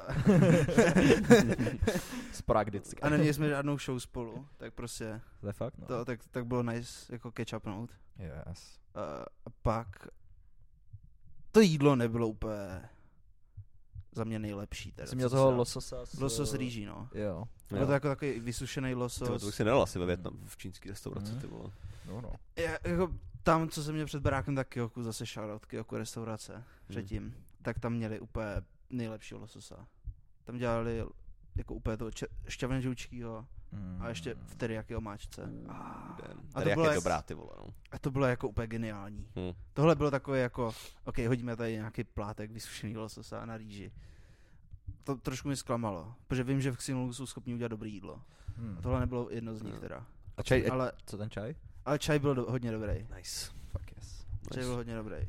Sporadické. A neměli jsme žádnou show spolu, tak prostě. To je fakt, no. To, tak bylo nice jako catch-upnout. Yes. A pak to jídlo nebylo úplně za mě nejlepší. Jsi měl toho lososa losos rýží, no. Jo. Bylo to jako takový vysušený losos. To bych si nedal asi ve Vietnamu, v čínský restauraci, ty vole. No. Jako tam, co jsem měl před barákem, tak Kyoku, zase shoutout Kyoku restaurace předtím, tak tam měli úplně nejlepšího lososa. Tam dělali jako úplně toho šťavnežoučkýho a ještě v teriyaki omáčce. A to bylo dobrá, ty vole, no. A to bylo jako úplně geniální. Tohle bylo takové jako, ok, hodíme tady nějaký plátek vysušený lososa na rýži. To trošku mi zklamalo, protože vím, že v Xinlu jsou schopni udělat dobré jídlo. A tohle nebylo jedno z nich teda. A čaj, ale co ten čaj? Ale čaj byl hodně dobrý. Nice. Fuck yes. Čaj byl hodně dobrý.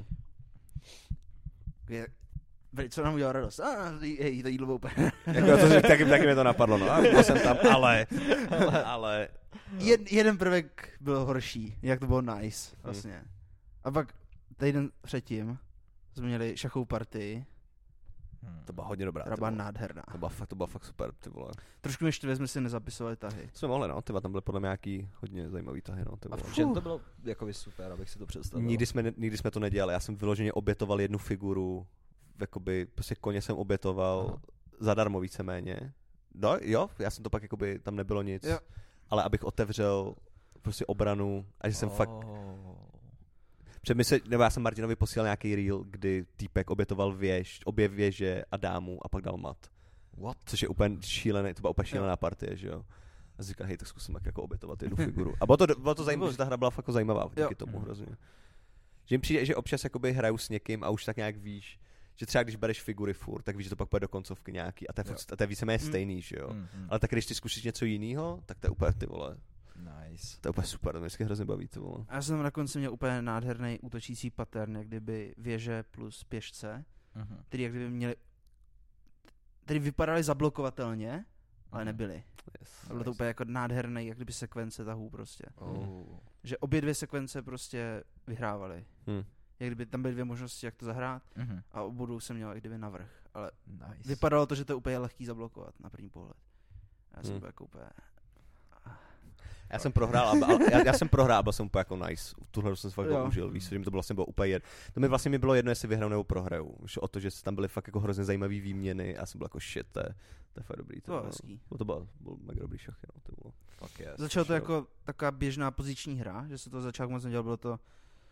Co nám udělal radost? To jídlo bylo úplně. taky mě to napadlo, no. Byl jsem tam, ale. Jeden prvek byl horší, jak to bylo nice, vlastně. A pak týden předtím jsme měli šachovou partii. To byla hodně dobrá. To byla nádherná. To byla fakt super, ty vole. Trošku ještě jsme si nezapisovali tahy. Jsme mohli, no, tam byly podle mě nějaký hodně zajímavý tahy, no. A v čem to bylo jako super, abych si to představil? Nikdy jsme to nedělali, já jsem vyloženě obětoval jednu figuru, jakoby, prostě koně jsem obětoval zadarmo víceméně. No, jo, já jsem to pak, jakoby, tam nebylo nic, ale abych otevřel prostě obranu a že jsem fakt... Nebo já jsem Martinovi posílal nějaký reel, kdy týpek obětoval obě věže a dámu a pak dal mat. What? Což je úplně šílený, to byla úplně šílená partie, že jo. A říkal, hej, tak zkusím tak jako obětovat jednu figuru. A bylo to zajímavé, že ta hra byla fakt zajímavá díky tomu hrozně. Že jim přijde, že občas jakoby hraju s někým a už tak nějak víš, že třeba když bereš figury furt, tak víš, že to pak půjde do koncovky nějaký a to je víceméně stejný, že jo. Ale tak když ty zkusíš něco jiného, tak to je úplně ty vole. Nice. To je úplně super, to mě vždycky hrozně baví, ty vole. Já jsem na konci měl úplně nádherný útočící pattern, jak kdyby věže plus pěšce, který jak kdyby měli, který vypadaly zablokovatelně, ale nebyly. Bylo to úplně jako nádherný, jak kdyby sekvence tahů prostě. Že obě dvě sekvence prostě vyhrávaly. Jak kdyby tam byly dvě možnosti, jak to zahrát a obou jsem měl jak kdyby navrch, ale vypadalo to, že to je úplně lehký zablokovat na první pohled. Já jsem jako úplně... Já jsem prohrál a byl jsem úplně jako nice. Tuhle jsem fakt užil, víš, že mi to bylo vlastně úplně jedno. To mi vlastně bylo jedno, jestli vyhraju nebo prohraju. Už o to, že tam byly fakt jako hrozně zajímavý výměny a já jsem byl jako shit, to je fakt dobrý. To bylo hezký. To byl mega dobrý šachy, no, to bylo. Fuck yes. Začalo to jako taková běžná poziční hra, že se to začátku moc nedělalo, bylo to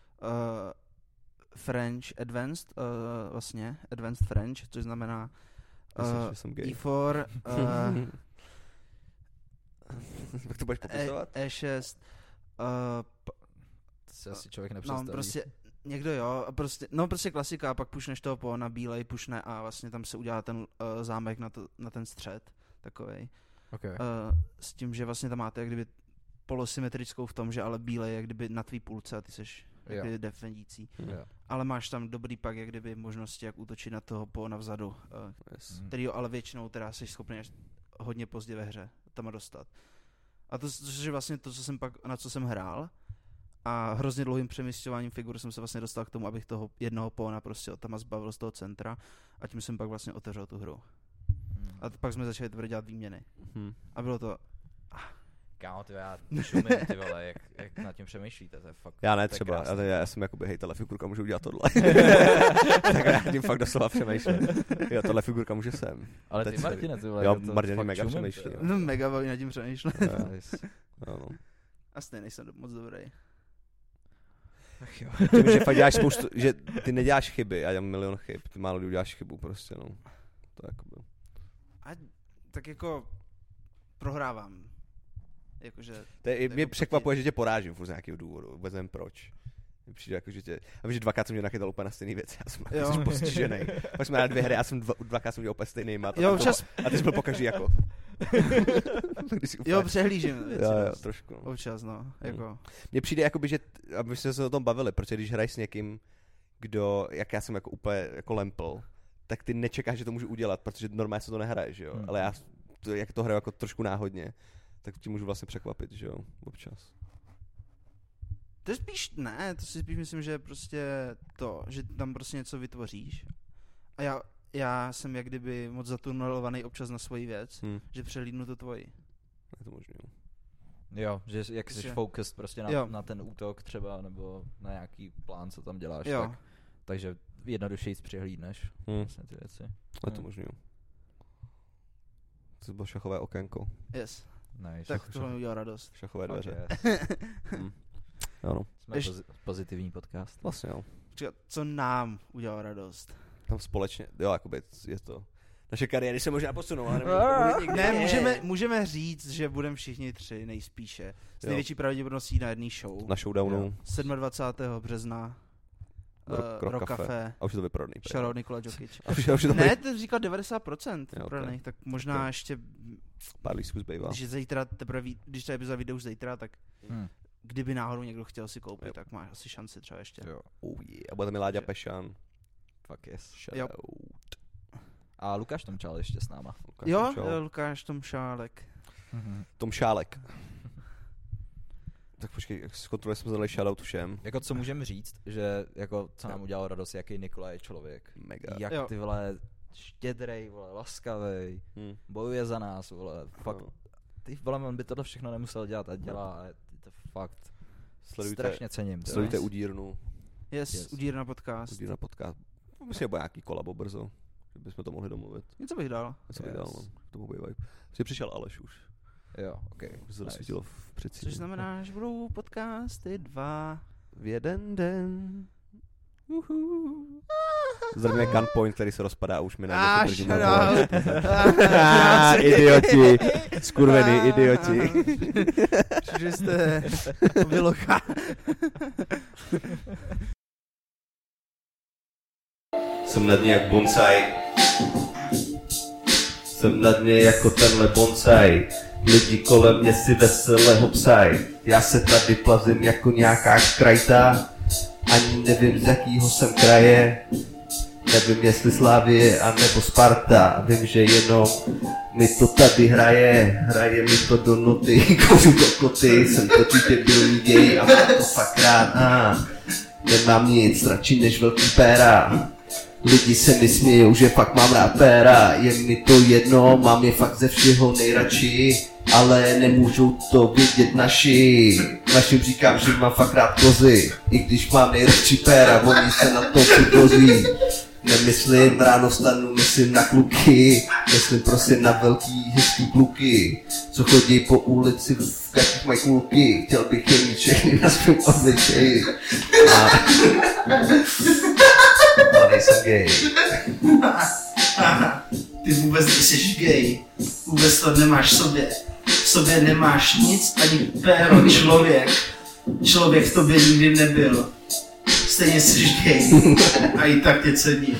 French Advanced, vlastně Advanced French, což znamená E4, Jak to budeš popisovat? E6. To si asi člověk nepředstaví. No, prostě někdo jo, prostě klasika, a pak pušneš toho po na bílej, pušne a vlastně tam se udělá ten zámek na ten střed, takovej. Okay. S tím, že vlastně tam máte jak kdyby polosymetrickou v tom, že ale bílej je jak kdyby na tvý půlce a ty seš jak kdyby defendící. Ale máš tam dobrý pak jak kdyby možnosti, jak útočit na toho po navzadu, kterýho ale většinou teda seš schopný až hodně pozdě ve hře tam dostat. A to je vlastně to, na co jsem hrál. A hrozně dlouhým přemysťováním figur jsem se vlastně dostal k tomu, abych toho jednoho póna prostě tam zbavil z toho centra a tím jsem pak vlastně otevřel tu hru. A pak jsme začali teprve dělat výměny. A bylo to... Kámo, ty já šumím, ty vole, jak nad tím přemýšlíte, to je fakt... Já ne třeba, já jsem jakoby, hej, tahle figurka může udělat tohle. Tak já tím fakt doslova přemýšlím. Jo, tahle figurka může sem. Ale ty Martine, ty vole, jo, Martin mega přemýšlí. No mega baví nad tím přemýšlím. No. A stejně nejsem moc dobrý. Ach jo. Tím, že fakt děláš spoustu, že ty neděláš chyby, já dělám milion chyb, ty málo lidí uděláš chybu prostě, no. To jako bylo. A tak jako prohrávám. Jakože... Mě překvapuje, že tě porážím furt z nějakého důvodu, vůbec nevím proč. Mně přijde jako, že tě... A víš, že dvakrát jsem mě nachytal úplně na stejný věc, já jsem jako postiženej. Pak jsme na 2 hry, já jsem dvakrát jsem dělal úplně stejný mat. A ty jsi byl pokaždý jako... Jo, přehlížím věci. Jo, trošku. Občas, no. Jako. Mně přijde jakoby, že... Aby jsme se o tom bavili, protože když hraješ s někým, kdo, jak já jsem jako úplně jako lempl, tak ty nečekáš, že to můžu udělat, protože normálně se to nehraje, že jo. Ale já, jak to hraju jako trošku náhodně, tak ti můžu vlastně překvapit, že jo, občas. To je spíš, ne, to si spíš myslím, že prostě to, že tam prostě něco vytvoříš a já jsem jak kdyby moc zatunelovaný občas na svoji věc, že přehlídnu to tvoji. Je to možný, jo. Jo, že jak jsi focused prostě na ten útok třeba, nebo na nějaký plán, co tam děláš, takže jednodušeji přehlídneš vlastně ty věci. Je to možný, jo. To bylo šachové okénko. Yes. Nice. Tak to mi udělal radost. Šachové dveře. Ano. Jsme pozitivní podcast. Vlastně jo. Co nám udělalo radost? Tam společně, jo, jakoby je to... Naše kariéry se možná posunou, ale můžeme říct, že budeme všichni 3 nejspíše. S největší pravděpodobností na jedné show. Na showdownu. 27. března. Rock Café. A už je to vyprodaný. Shoutout Nikola Jokic. Ne, to říkal 90% vyprodaný, tak možná ještě... Pár lístků zbývá. Když ta epizoda vyjde už zítra, tak kdyby náhodou někdo chtěl si koupit, tak máš asi šanci třeba ještě. Jo. A bude tam i Láďa Pešan. Fuck yes. Shoutout. A Lukáš Tomšál ještě s náma. Lukáš Tomšálek. Tomšálek. Tak počkej, zkontroluje jsme zadali shoutout všem. Jako co můžeme říct, že jako co nám udělalo radost, jaký Nikola je člověk. Mega. Jak ty vole štědrej, vole laskavej, bojuje za nás, vole. Fakt. Ty vole, on by tohle všechno nemusel dělat a dělá a je to fakt. Strašně cením. Sledujte Udírnu. Yes, Udírna podcast. Udírna podcast. Myslím, že bude nějaký kolabo brzo. Že bychom to mohli domluvit. Něco bych dal. No. Tomu bývají. Jsi přišel Aleš už. Jo, okej. Už se rozsvítilo v předsíni. Což znamená, že budou podcasty 2 v jeden den. Zdravíme Gunpoint, který se rozpadá a už mi na idioti. Skurvený idioti. Že jste vylocha. Jsem na dně jak bonsai. Jsem na dně jako tenhle bonsai. Lidi kolem mě si veselé hopsaj. Já se tady plazím jako nějaká krajta. Ani nevím, z jakýho jsem kraje. Nevím, jestli Slavie a nebo Sparta. Vím, že jenom mi to tady hraje mi to do noty, komu do koty. Jsem totiž debilní gay a mám to fakt rád. Nemám nic radši než velký péra. Lidi se mi smějou, že fakt mám rád péra. Je mi to jedno, mám je fakt ze všeho nejradši. Ale nemůžou to vědět naši. Našim říkám, že mám fakt rád kozy. I když mám nejradši péra, oni se na to připozí. Nemyslím ráno vstanu, myslím na kluky. Myslím prostě na velký hezký kluky, co chodí po ulici v jakých mají kulky. Chtěl bych je mít všechny na svém obličeji. A nejsem gay. Ty vůbec nejseš gay. Vůbec to nemáš v sobě. sobě nemáš nic, ani péro, člověk v tobě nikdy nebyl. Stejně jsi gay a i tak tě cením.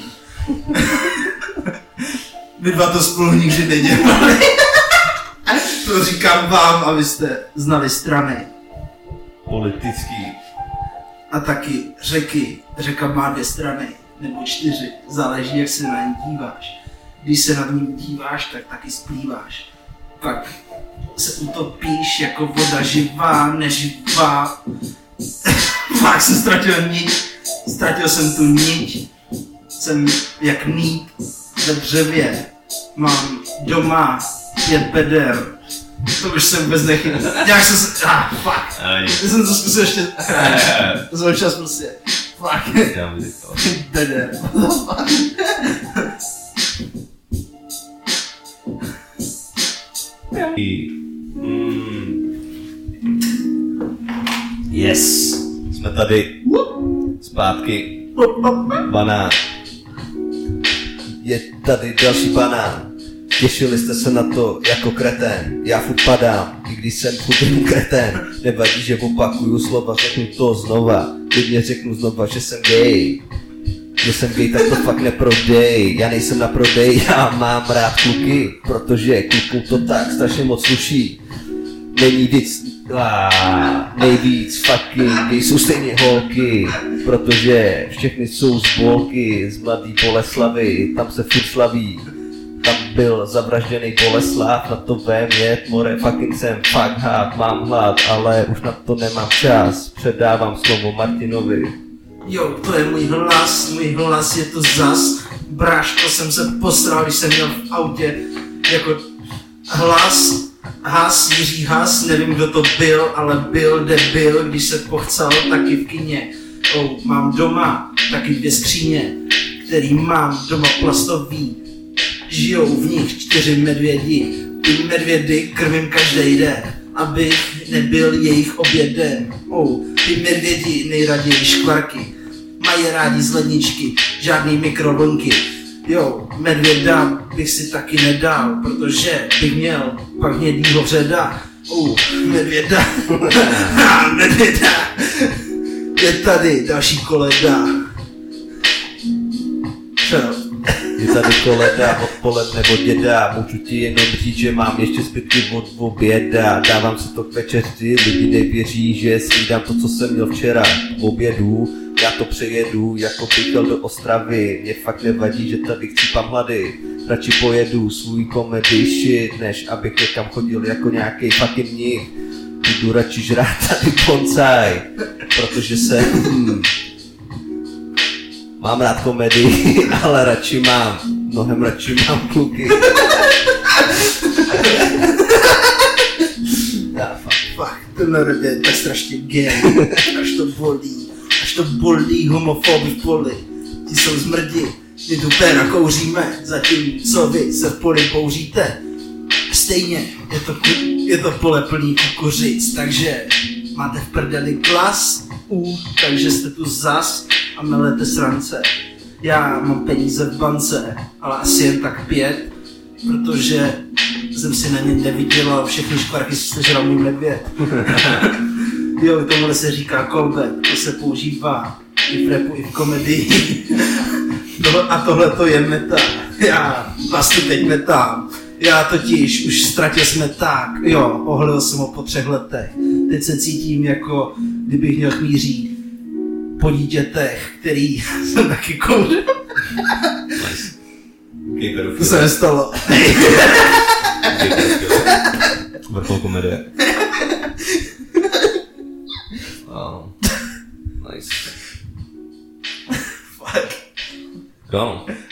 Vy dva to spolu nikdy nedělali. To říkám vám, abyste znali strany. Politický. A taky řeka má 2 strany, nebo 4, záleží jak se na ní díváš. Když se nad ním díváš, tak taky splýváš. Pak se utopíš jako voda živá, neživá. Pak jsem ztratil jsem tu niť. Jsem jak nít ve dřevě. Mám doma 5 beder. To už jsem vůbec nechytil. Nějak jsem se... fuck. Já jsem to zkusil ještě... To jsem čas prostě... Fuck. Beder. Yes. Jsme tady. Zpátky. Banán. Je tady další banán. Těšili jste se na to jako kretén. Já furt padám, i když jsem chudým kretén. Nevadí, že opakuju slova, řeknu to znova. Klidně řeknu znova, že jsem gay. Že jsem gay, tak to fakt neprodej. Já nejsem na prodej, já mám rád kluky. Protože klukům to tak strašně moc sluší. Není víc, nejvíc fucking gay jsou stejně holky. Protože všechny jsou z Bolky, z Mladý Boleslavy, tam se furt slaví. Tam byl zavražděný Boleslav, na to vem jet, more, fucking jsem fuck hard, mám hlad, ale už na to nemám čas, předávám slovo Martinovi. Jo, to je můj hlas je to zas, bráško jsem se posral, když jsem měl v autě, jako Jiří Has, nevím kdo to byl, ale byl debil, když se pochcal taky v kině. Mám doma taky 2 skříně, který mám doma plastový. Žijou v nich 4 medvědi. Ty medvědy krmím každý den, abych nebyl jejich obědem. Ty medvědi nejraději škvarky, mají rádi z ledničky, žádný mikrovlnky. Jo, medvěda bych si taky nedal, protože bych měl pak hnědýho vředa. Medvěda, medvěda, je tady další koleda. Je tady koleda, odpoledne od děda. Můžu ti jenom říct, že mám ještě zbytky od oběda. Dávám si to k večeři, lidi nevěří, že snídám to, co jsem měl včera. V obědu, já to přejedu, jako bych jel do Ostravy. Mě fakt nevadí, že tady chcípám hlady. Radši pojedu svůj comedy shit, než abych někam chodil jako nějaký fucking mnich. Budu radši žrát tady bonsai, protože jsem... Mám rád komedii, ale mnohem radši mám kluky. Fakt, tenhle rap je tak strašně gay, až to bolí homofoby v poli. Ti jsou zmrdi, my tu péra kouříme, zatímco vy se v poli bouříte. Stejně je to pole plný kukuřic, takže máte v prdeli klas, takže jste tu zas a melete srance. Já mám peníze v bance, ale asi jen tak 5, protože jsem si na ně nevydělal, všechny škvarky sežral můj medvěd. Jo, tomuhle se říká callback, to se používá i v rapu, i v komedii. A tohle to je meta, já vás tu teď metám. Já totiž už ztratil smeták, jo, ohlil jsem ho po 3 letech. Teď se cítím jako, kdybych měl chmíří po dítětech, který jsem taky kouřil. To se nestalo. Vrchol komedie. Nice. Fuck. Go.